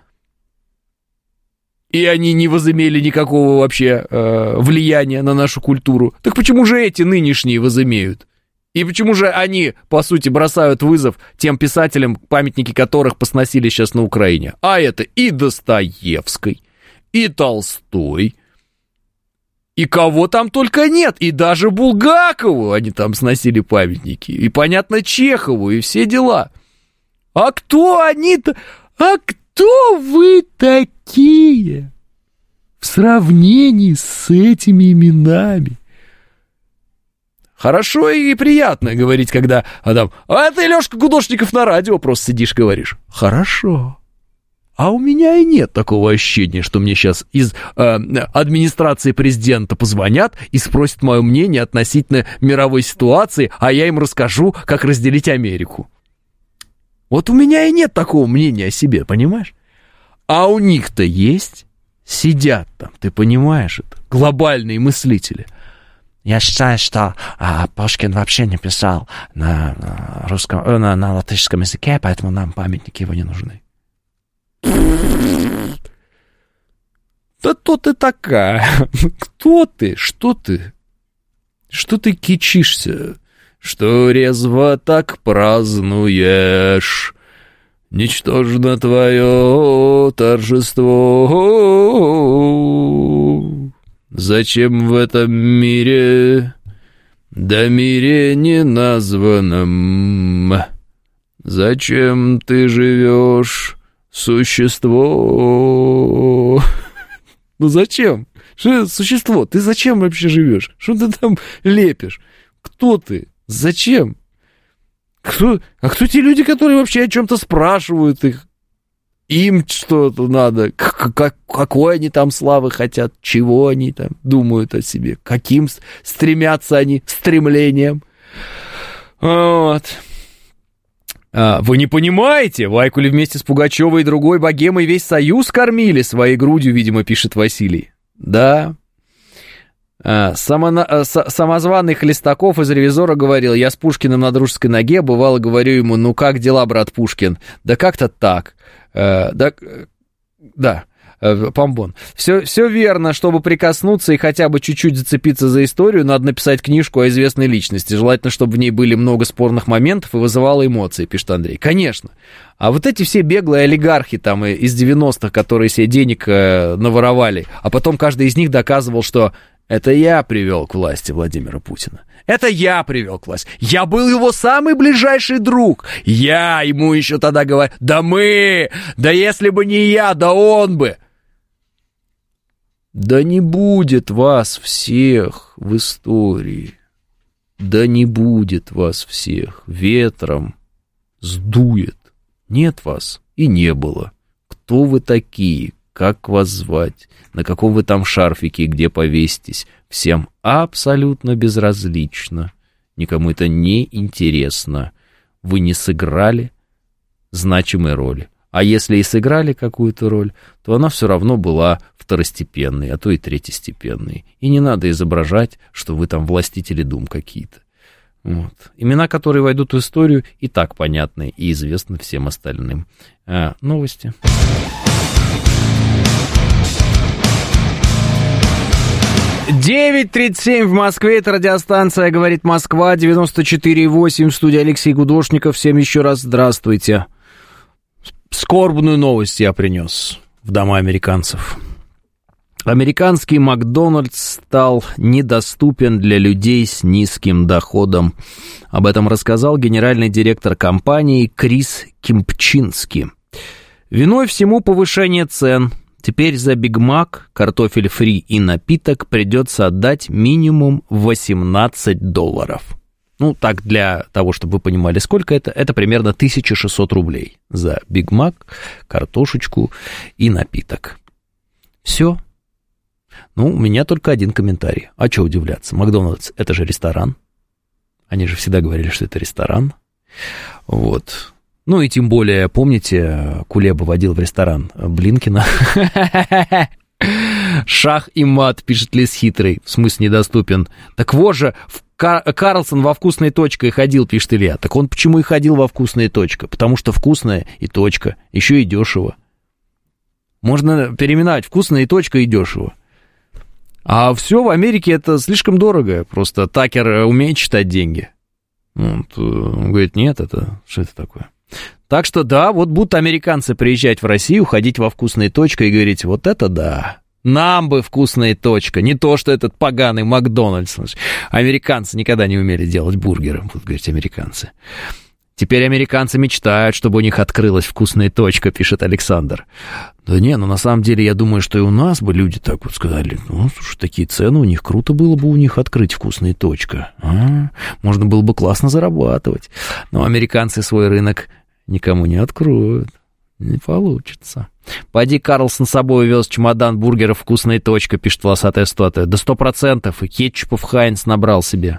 и они не возымели никакого вообще влияния на нашу культуру, так почему же эти нынешние возымеют? И почему же они, по сути, бросают вызов тем писателям, памятники которых посносили сейчас на Украине? А это и Достоевский, и Толстой, и кого там только нет, и даже Булгакову они там сносили памятники, и, понятно, Чехову, и все дела. А кто они-то? А кто вы такие в сравнении с этими именами? Хорошо и приятно говорить, когда там, а ты, Лёшка Гудошников, на радио просто сидишь, говоришь. Хорошо. А у меня и нет такого ощущения, что мне сейчас из администрации президента позвонят и спросят мое мнение относительно мировой ситуации, а я им расскажу, как разделить Америку. Вот у меня и нет такого мнения о себе, понимаешь? А у них-то есть, сидят там, ты понимаешь это, глобальные мыслители. Я считаю, что Пушкин вообще не писал на русском, на латышском языке, поэтому нам памятники его не нужны. Да кто ты такая? Кто ты? Что ты? Что ты кичишься? Что резво так празднуешь? Ничтожно твое торжество. Зачем в этом мире, да мире не названном, зачем ты живешь, существо? Ну зачем? Что существо? Ты зачем вообще живешь? Что ты там лепишь? Кто ты? Зачем? Кто те люди, которые вообще о чем-то спрашивают их? Им что-то надо, какой они там славы хотят, чего они там думают о себе, каким стремятся они стремлением. Вот. Вы не понимаете, Вайкули вместе с Пугачевой и другой богемой весь союз кормили своей грудью, видимо, пишет Василий. Да. Самозваный Хлестаков из «Ревизора» говорил: я с Пушкиным на дружеской ноге, бывало говорю ему: ну как дела, брат Пушкин? Да как-то так. Да, Помбон. Все верно, чтобы прикоснуться и хотя бы чуть-чуть зацепиться за историю, надо написать книжку о известной личности. Желательно, чтобы в ней были много спорных моментов и вызывало эмоции, пишет Андрей. Конечно. А вот эти все беглые олигархи там из 90-х, которые себе денег наворовали, а потом каждый из них доказывал, что это я привел к власти Владимира Путина. Это я привел к власти. Я был его самый ближайший друг. Я ему еще тогда говорю: да если бы не я, да он бы. Да не будет вас всех в истории. Да не будет вас всех. Ветром сдует. Нет вас и не было. Кто вы такие? Как вас звать? На каком вы там шарфике, где повеситесь? Всем абсолютно безразлично. Никому это не интересно. Вы не сыграли значимой роли. А если и сыграли какую-то роль, то она все равно была второстепенной, а то и третьестепенной. И не надо изображать, что вы там властители дум какие-то. Вот. Имена, которые войдут в историю, и так понятны и известны всем остальным. Новости. 9:37 в Москве, это радиостанция «Говорит Москва», 94,8, в студии Алексей Гудошников. Всем еще раз здравствуйте. Скорбную новость я принес в дома американцев. Американский Макдональдс стал недоступен для людей с низким доходом. Об этом рассказал генеральный директор компании Крис Кемпчински. Виной всему повышение цен. Теперь за Биг Мак, картофель фри и напиток придется отдать минимум $18. Ну, так, для того, чтобы вы понимали, сколько это примерно 1600 рублей за Биг Мак, картошечку и напиток. Все. Ну, у меня только один комментарий. А что удивляться? Макдональдс — это же ресторан. Они же всегда говорили, что это ресторан. Вот. Ну, и тем более, помните, Кулеба водил в ресторан Блинкина. Шах и мат, пишет Лис Хитрый, в смысле недоступен. Так вот же, Карлсон во «Вкусной точка» и ходил, пишет Илья. Так он почему и ходил во «Вкусная точка»? Потому что вкусная и точка, еще и дешево. Можно переименовать «Вкусная и точка» и дешево. А все в Америке это слишком дорого. Просто Такер умеет считать деньги. Он говорит, нет, что это такое? Так что да, вот будут американцы приезжать в Россию, ходить во «Вкусная точка» и говорить, вот это да, нам бы «Вкусная точка», не то, что этот поганый Макдональдс. Американцы никогда не умели делать бургеры, будут говорить американцы. Теперь американцы мечтают, чтобы у них открылась «Вкусная точка», пишет Александр. Да не, ну на самом деле я думаю, что и у нас бы люди так вот сказали, ну, слушай, такие цены у них, круто было бы у них открыть «Вкусная точка». Можно было бы классно зарабатывать. Но американцы свой рынок никому не откроют. Не получится. Поди Карлсон с собой увез чемодан бургеров «Вкусная точка», пишет волосатая статуя. Да 100%, и кетчупов Хайнц набрал себе.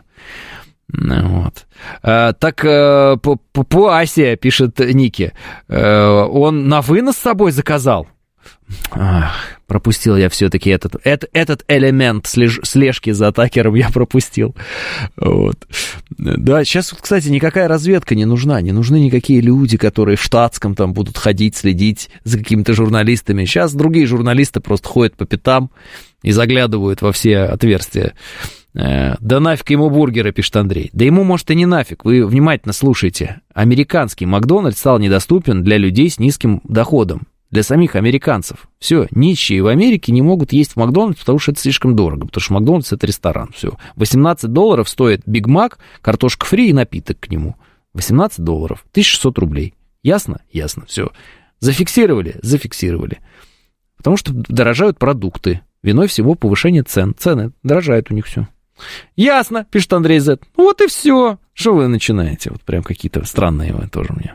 Вот. Так по Асе, пишет Ники, он на вынос с собой заказал. Пропустил я все-таки этот элемент слежки за Такером я пропустил. Вот. Да, сейчас, кстати, никакая разведка не нужна. Не нужны никакие люди, которые в штатском там будут ходить, следить за какими-то журналистами. Сейчас другие журналисты просто ходят по пятам и заглядывают во все отверстия. Да нафиг ему бургеры, пишет Андрей. Да ему, может, и не нафиг. Вы внимательно слушайте. Американский Макдональдс стал недоступен для людей с низким доходом. Для самих американцев. Все, нищие в Америке не могут есть в Макдональдс, потому что это слишком дорого. Потому что Макдональдс — это ресторан. Все. $18 стоит Биг Мак, картошка фри и напиток к нему. $18. 1600 рублей. Ясно? Ясно. Все. Зафиксировали? Зафиксировали. Потому что дорожают продукты. Виной всего повышение цен. Цены дорожают у них все. Ясно, пишет Андрей З. Вот и все. Что вы начинаете? Вот прям какие-то странные вы тоже мне.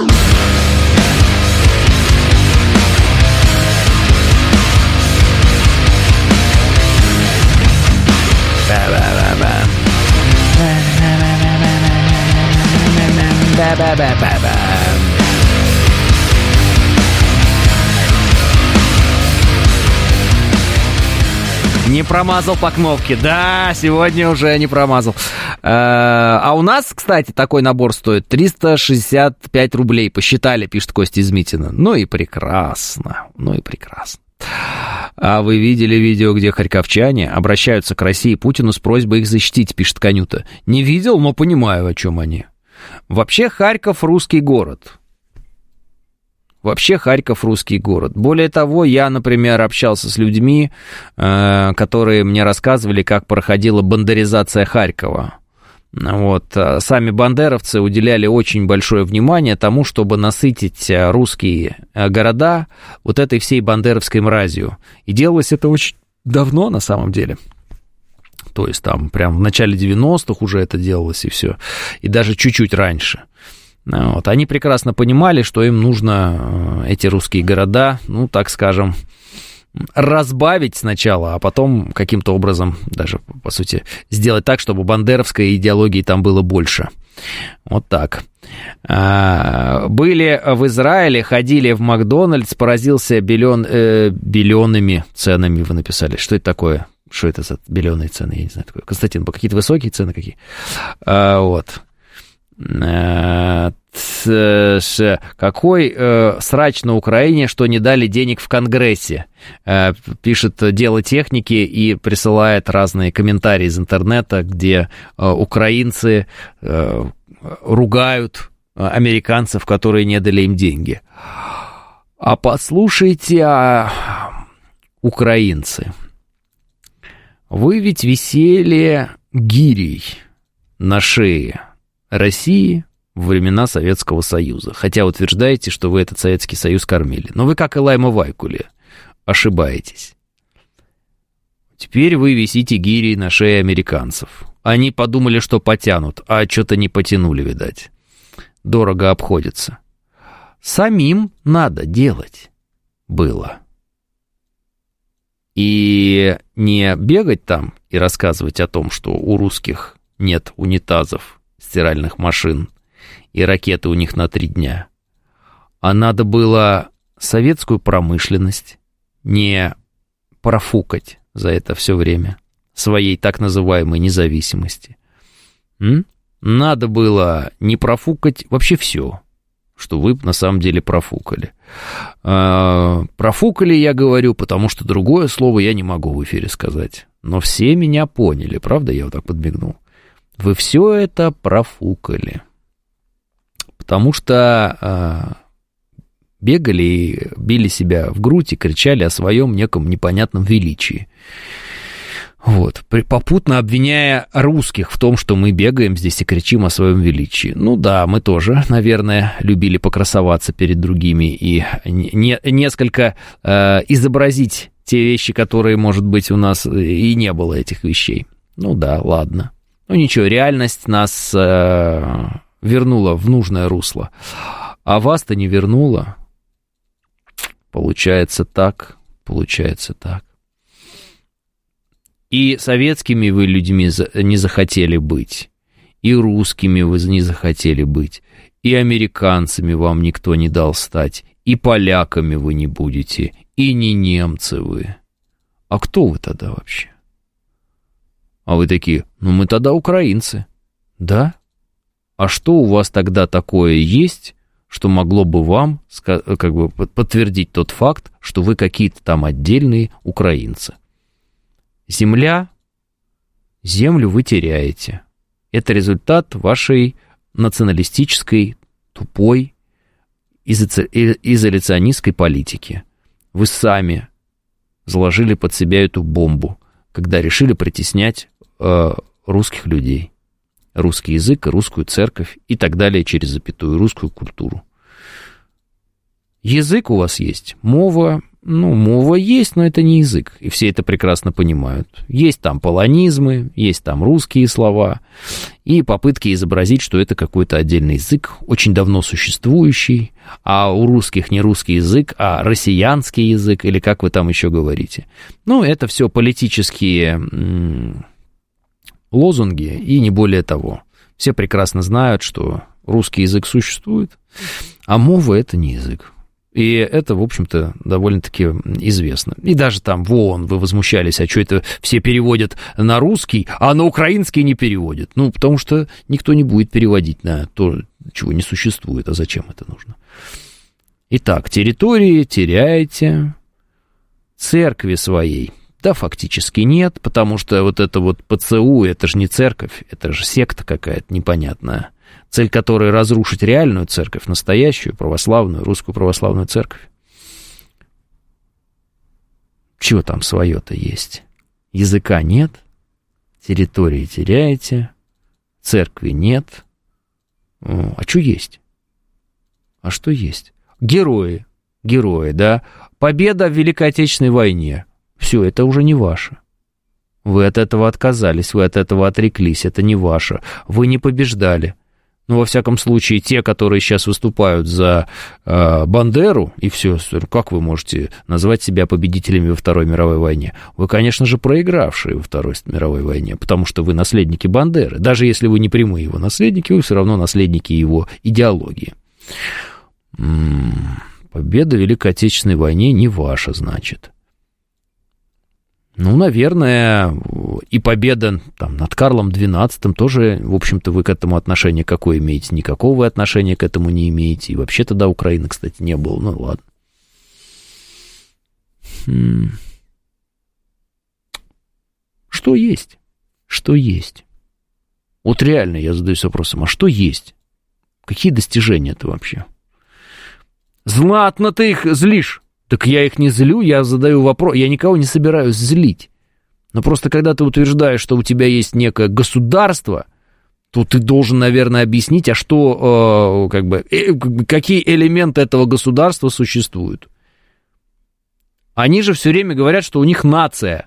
Не промазал по кнопке. Да, сегодня уже не промазал. А у нас, кстати, такой набор стоит 365 рублей. Посчитали, пишет Костя из Митина. Ну и прекрасно. Ну и прекрасно. А вы видели видео, где харьковчане обращаются к России и Путину с просьбой их защитить, пишет Конюта. Не видел, но понимаю, о чем они. Вообще Харьков русский город. Вообще Харьков русский город. Более того, я, например, общался с людьми, которые мне рассказывали, как проходила бандеризация Харькова. Вот. Сами бандеровцы уделяли очень большое внимание тому, чтобы насытить русские города вот этой всей бандеровской мразью. И делалось это очень давно, на самом деле. То есть там прям в начале 90-х уже это делалось и все. И даже чуть-чуть раньше. Вот. Они прекрасно понимали, что им нужно эти русские города, ну, так скажем, разбавить сначала, а потом каким-то образом даже, по сути, сделать так, чтобы бандеровской идеологии там было больше. Вот так. Были в Израиле, ходили в Макдональдс, поразился белеными ценами, вы написали. Что это такое? Что это за беленые цены? Я не знаю такое. Константин, какие-то высокие цены какие? Вот. Какой срач на Украине, что не дали денег в Конгрессе, пишет Дело техники и присылает разные комментарии из интернета, где украинцы ругают американцев, которые не дали им деньги. А послушайте, украинцы, вы ведь висели гирей на шее России во времена Советского Союза. Хотя утверждаете, что вы этот Советский Союз кормили. Но вы как Элайма Вайкуле. ошибаетесь. Теперь вы висите гири на шее американцев. Они подумали, что потянут, а что-то не потянули, видать. Дорого обходится. Самим надо делать было. И не бегать там и рассказывать о том, что у русских нет унитазов, стиральных машин, и ракеты у них на 3 дня. А надо было советскую промышленность не профукать за это все время своей так называемой независимости. Надо было не профукать вообще все, что вы на самом деле профукали. Профукали, я говорю, потому что другое слово я не могу в эфире сказать. Но все меня поняли, правда? Я вот так подмигнул. Вы все это профукали. Потому что бегали и били себя в грудь и кричали о своем неком непонятном величии. Вот, попутно обвиняя русских в том, что мы бегаем здесь и кричим о своем величии. Ну да, мы тоже, наверное, любили покрасоваться перед другими и несколько изобразить те вещи, которые, может быть, у нас и не было этих вещей. Ну да, ладно. Ну ничего, реальность нас вернула в нужное русло. А вас-то не вернула. Получается так, получается так. И советскими вы людьми не захотели быть, и русскими вы не захотели быть, и американцами вам никто не дал стать, и поляками вы не будете, и не немцы вы. А кто вы тогда вообще? А вы такие, ну мы тогда украинцы. Да? А что у вас тогда такое есть, что могло бы вам как бы подтвердить тот факт, что вы какие-то там отдельные украинцы? Земля, землю вы теряете. Это результат вашей националистической, тупой, изоляционистской политики. Вы сами заложили под себя эту бомбу, когда решили притеснять русских людей. Русский язык, русскую церковь и так далее через запятую, русскую культуру. Язык у вас есть, мова. Ну, мова есть, но это не язык, и все это прекрасно понимают. Есть там полонизмы, есть там русские слова, и попытки изобразить, что это какой-то отдельный язык, очень давно существующий, а у русских не русский язык, а россиянский язык, или как вы там еще говорите. Ну, это все политические лозунги, и не более того. Все прекрасно знают, что русский язык существует, а мова — это не язык. И это, в общем-то, довольно-таки известно. И даже там в ООН вы возмущались, а что это все переводят на русский, а на украинский не переводят? Ну, потому что никто не будет переводить на то, чего не существует. А зачем это нужно? Итак, территории теряете, церкви своей, да, фактически нет, потому что вот это вот ПЦУ, это же не церковь, это же секта какая-то непонятная. Цель которой разрушить реальную церковь, настоящую, православную, русскую православную церковь. Чего там свое-то есть? Языка нет, территории теряете, церкви нет. А что есть? А что есть? Герои, да. Победа в Великой Отечественной войне. Все, это уже не ваше. Вы от этого отказались, вы от этого отреклись, это не ваше. Вы не побеждали. Ну, во всяком случае, те, которые сейчас выступают за Бандеру, и все, как вы можете назвать себя победителями во Второй мировой войне? Вы, конечно же, проигравшие во Второй мировой войне, потому что вы наследники Бандеры. Даже если вы не прямые его наследники, вы все равно наследники его идеологии. Победа в Великой Отечественной войне не ваша, значит. Ну, наверное, и победа там, над Карлом XII тоже, в общем-то, вы к этому отношение какое имеете? Никакого вы отношения к этому не имеете. И вообще тогда Украины, кстати, не было. Ну, ладно. Что есть? Что есть? Вот реально я задаюсь вопросом, а что есть? Какие достижения это вообще? Знатно ты их злишь. Так я их не злю, я задаю вопрос, я никого не собираюсь злить. Но просто когда ты утверждаешь, что у тебя есть некое государство, то ты должен, наверное, объяснить, а что, какие элементы этого государства существуют. Они же все время говорят, что у них нация.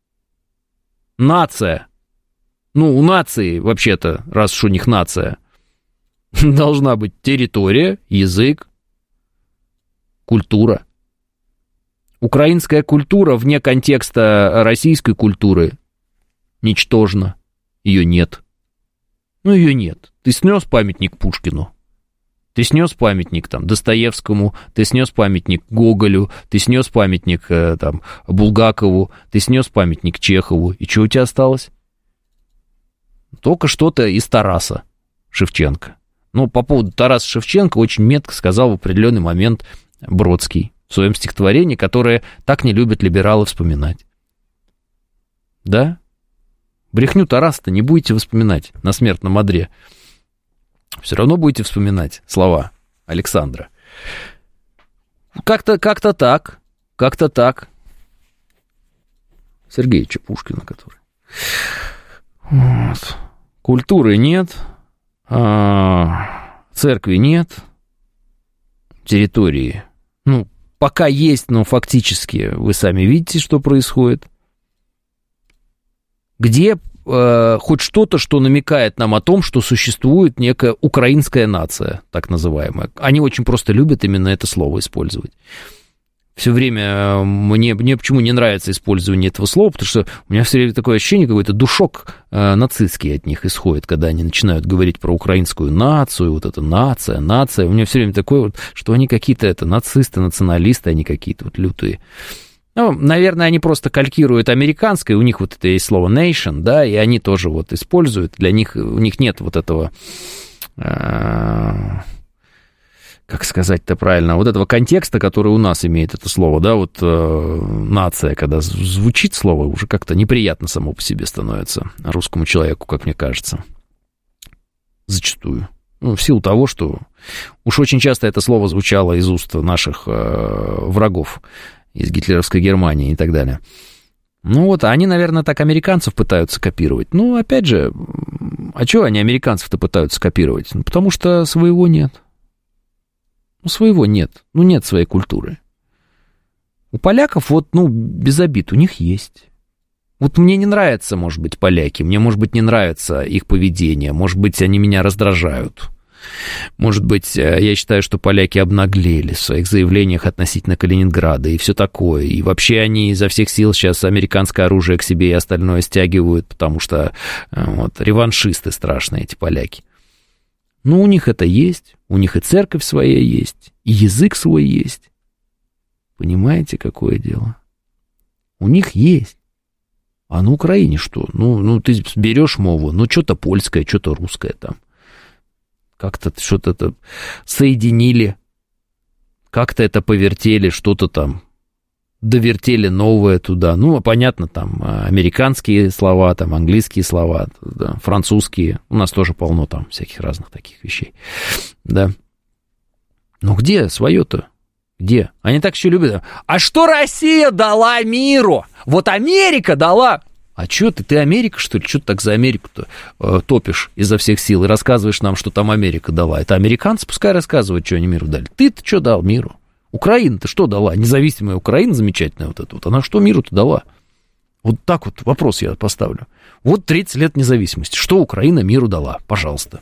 Нация. Ну, у нации, вообще-то, раз уж у них нация, должна быть территория, язык, культура. Украинская культура вне контекста российской культуры ничтожна. Ее нет. Ну, ее нет. Ты снес памятник Пушкину. Ты снес памятник там Достоевскому, ты снес памятник Гоголю, ты снес памятник там Булгакову, ты снес памятник Чехову. И что у тебя осталось? Только что-то из Тараса Шевченко. Ну, по поводу Тараса Шевченко очень метко сказал в определенный момент Бродский в своем стихотворении, которое так не любят либералы вспоминать. Да? Брехню Тараса-то не будете вспоминать на смертном одре. Все равно будете вспоминать слова Александра. Как-то так. Сергеевича Пушкина, который. Вот. Культуры нет, церкви нет, территории. Ну, пока есть, но фактически вы сами видите, что происходит. Где хоть что-то, что намекает нам о том, что существует некая украинская нация, так называемая. Они очень просто любят именно это слово использовать. Все время мне почему не нравится использование этого слова, потому что у меня все время такое ощущение, какой-то душок нацистский от них исходит, когда они начинают говорить про украинскую нацию, вот это нация. У меня все время такое вот, что они какие-то нацисты, националисты, они какие-то вот лютые. Ну, наверное, они просто калькируют американское, у них вот это есть слово nation, да, и они тоже вот используют, у них нет вот этого, как сказать-то правильно, вот этого контекста, который у нас имеет это слово, да, вот нация, когда звучит слово, уже как-то неприятно само по себе становится русскому человеку, как мне кажется, зачастую. Ну, в силу того, что уж очень часто это слово звучало из уст наших врагов, из гитлеровской Германии и так далее. Ну вот, они, наверное, так американцев пытаются копировать. Ну, опять же, а чего они американцев-то пытаются копировать? Ну, потому что своего нет. Ну, своего нет. Ну, нет своей культуры. У поляков вот, ну, без обид, у них есть. Вот мне не нравятся, может быть, поляки, мне, может быть, не нравится их поведение, может быть, они меня раздражают. Может быть, я считаю, что поляки обнаглели в своих заявлениях относительно Калининграда и все такое. И вообще они изо всех сил сейчас американское оружие к себе и остальное стягивают, потому что вот, реваншисты страшные эти поляки. Ну, у них это есть, у них и церковь своя есть, и язык свой есть. Понимаете, какое дело? У них есть. А на Украине что? Ну ты берешь мову, ну, что-то польское, что-то русское там. Как-то что-то соединили, как-то это повертели, что-то там довертели новое туда. Ну, понятно, там американские слова, там английские слова, да, французские. У нас тоже полно там всяких разных таких вещей. Да. Но где свое-то? Где? Они так еще любят. А что Россия дала миру? Вот Америка дала... А что ты Америка, что ли? Что ты так за Америку-то топишь изо всех сил и рассказываешь нам, что там Америка дала? Это американцы пускай рассказывают, что они миру дали. Ты-то что дал миру? Украина-то что дала? Независимая Украина замечательная вот эта вот. Она что миру-то дала? Вот так вот вопрос я поставлю. Вот 30 лет независимости. Что Украина миру дала? Пожалуйста.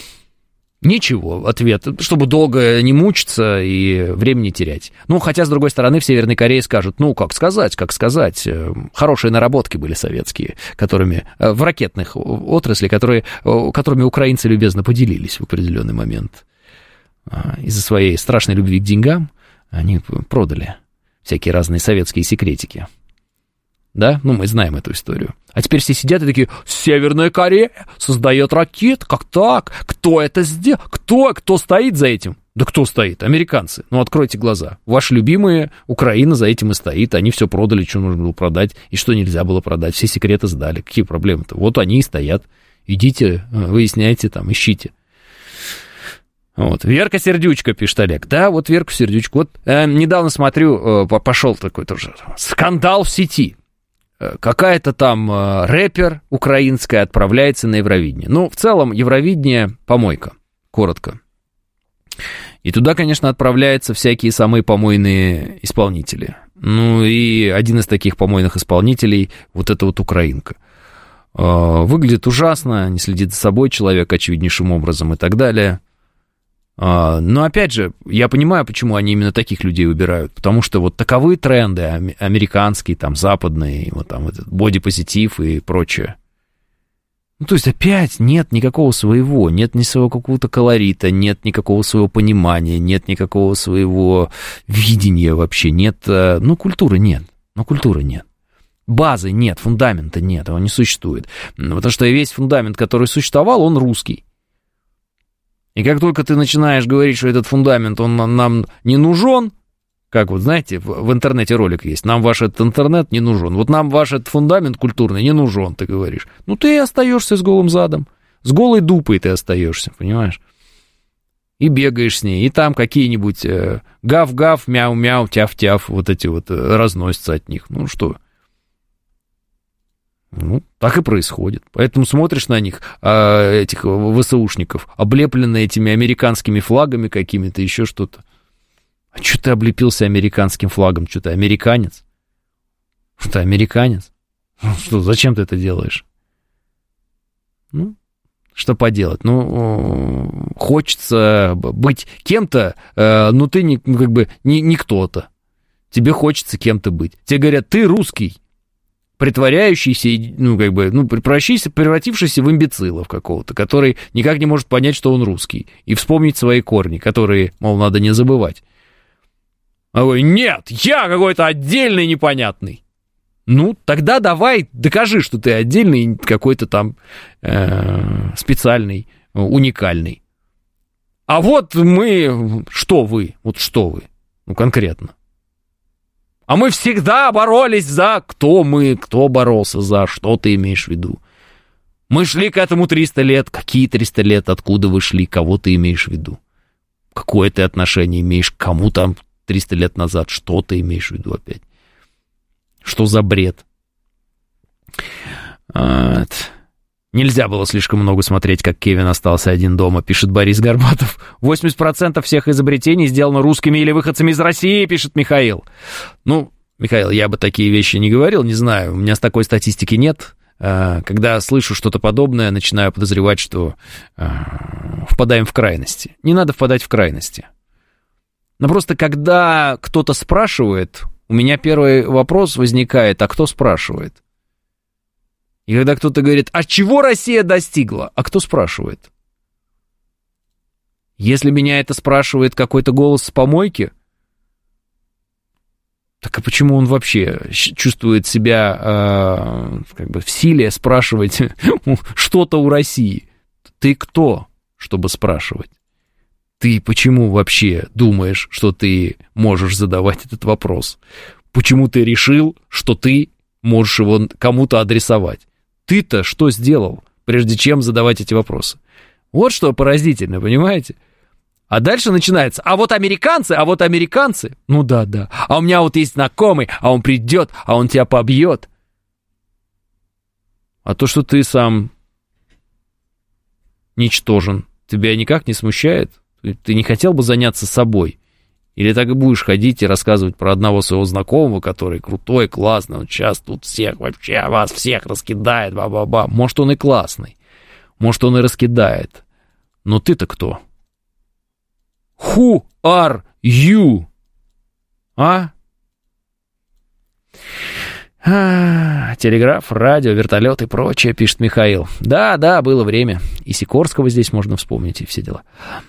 Ничего, ответ, чтобы долго не мучиться и времени терять. Ну, хотя, с другой стороны, в Северной Корее скажут, ну, как сказать, хорошие наработки были советские, которыми, в ракетных отраслях, которыми украинцы любезно поделились в определенный момент. Из-за своей страшной любви к деньгам они продали всякие разные советские секретики. Да? Ну, мы знаем эту историю. А теперь все сидят и такие, Северная Корея создает ракеты, как так? Кто это сделал? Кто стоит за этим? Да кто стоит? Американцы. Ну, откройте глаза. Ваши любимые, Украина за этим и стоит. Они все продали, что нужно было продать, и что нельзя было продать. Все секреты сдали. Какие проблемы-то? Вот они и стоят. Идите, выясняйте там, ищите. Вот. Верка Сердючка, пишет Олег. Да, вот Верку Сердючку. Вот недавно смотрю, пошел такой тоже скандал в сети. Какая-то там рэпер украинская отправляется на Евровидение. Ну, в целом, Евровидение — помойка, коротко. И туда, конечно, отправляются всякие самые помойные исполнители. Ну, и один из таких помойных исполнителей, вот эта вот украинка. Выглядит ужасно, не следит за собой человек очевиднейшим образом и так далее. Но, опять же, я понимаю, почему они именно таких людей выбирают. Потому что вот таковы тренды американские, там, западные, вот там этот бодипозитив и прочее. Ну, то есть, опять нет никакого своего, нет ни своего какого-то колорита, нет никакого своего понимания, нет никакого своего видения вообще, нет, ну, культуры нет, базы нет, фундамента нет, его не существует, потому что весь фундамент, который существовал, он русский. И как только ты начинаешь говорить, что этот фундамент, он нам не нужен, как вот, знаете, в интернете ролик есть, нам ваш этот интернет не нужен, вот нам ваш этот фундамент культурный не нужен, ты говоришь. Ну, ты и остаешься с голым задом, с голой дупой ты остаешься, понимаешь? И бегаешь с ней, и там какие-нибудь гав-гав, мяу-мяу, тяв-тяв, вот эти вот разносятся от них. Ну, что? Ну, так и происходит. Поэтому смотришь на них, этих ВСУшников, облепленные этими американскими флагами какими-то, еще что-то. А что ты облепился американским флагом? Что ты американец? Что ты американец? Что, зачем ты это делаешь? Ну, что поделать? Ну, хочется быть кем-то, но ты не, ну, как бы не кто-то. Тебе хочется кем-то быть. Тебе говорят, ты русский, притворяющийся, ну, как бы, ну, превратившийся в имбецилов какого-то, который никак не может понять, что он русский, и вспомнить свои корни, которые, мол, надо не забывать. А вы, нет, я какой-то отдельный непонятный. Ну, тогда давай докажи, что ты отдельный какой-то там специальный, уникальный. А вот мы, что вы, вот что вы, ну, конкретно. А мы всегда боролись за... Кто мы, кто боролся за, что ты имеешь в виду? Мы шли к этому 300 лет. Какие 300 лет? Откуда вы шли? Кого ты имеешь в виду? Какое ты отношение имеешь к кому там 300 лет назад? Что ты имеешь в виду опять? Что за бред? Нельзя было слишком много смотреть, как Кевин остался один дома, пишет Борис Горбатов. 80% всех изобретений сделано русскими или выходцами из России, пишет Михаил. Ну, Михаил, я бы такие вещи не говорил, не знаю, у меня с такой статистики нет. Когда слышу что-то подобное, начинаю подозревать, что впадаем в крайности. Не надо впадать в крайности. Но просто когда кто-то спрашивает, у меня первый вопрос возникает, а кто спрашивает? И когда кто-то говорит, а чего Россия достигла? А кто спрашивает? Если меня это спрашивает какой-то голос с помойки, так а почему он вообще чувствует себя как бы в силе спрашивать что-то у России? Ты кто, чтобы спрашивать? Ты почему вообще думаешь, что ты можешь задавать этот вопрос? Почему ты решил, что ты можешь его кому-то адресовать? Ты-то что сделал, прежде чем задавать эти вопросы? Вот что поразительно, понимаете? А дальше начинается, а вот американцы, ну да, а у меня вот есть знакомый, а он придет, а он тебя побьет. А то, что ты сам ничтожен, тебя никак не смущает? Ты не хотел бы заняться собой? Или так и будешь ходить и рассказывать про одного своего знакомого, который крутой, классный, он сейчас тут всех вообще, вас всех раскидает, ба-ба-ба. Может, он и классный, может, он и раскидает. Но ты-то кто? Who are you? А? Телеграф, радио, вертолет и прочее, пишет Михаил. Да, было время. И Сикорского здесь можно вспомнить, и все дела.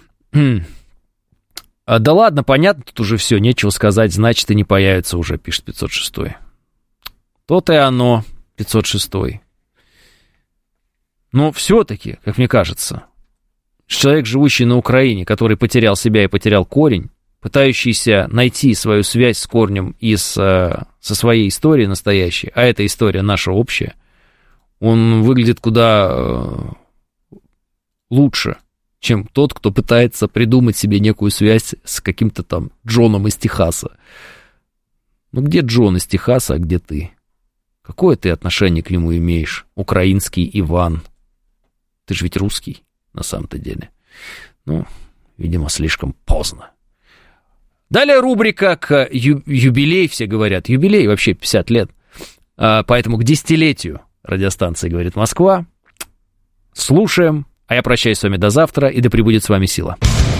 Да ладно, понятно, тут уже все, нечего сказать, значит, и не появится уже, пишет 506. То-то и оно, 506. Но все-таки, как мне кажется, человек, живущий на Украине, который потерял себя и потерял корень, пытающийся найти свою связь с корнем и со своей историей настоящей, а эта история наша общая, он выглядит куда лучше, чем тот, кто пытается придумать себе некую связь с каким-то там Джоном из Техаса. Ну где Джон из Техаса, а где ты? Какое ты отношение к нему имеешь, украинский Иван? Ты же ведь русский, на самом-то деле. Ну, видимо, слишком поздно. Далее рубрика к юбилей, все говорят. Юбилей вообще 50 лет. Поэтому к десятилетию радиостанции «Говорит Москва». Слушаем. А я прощаюсь с вами до завтра, и да пребудет с вами сила.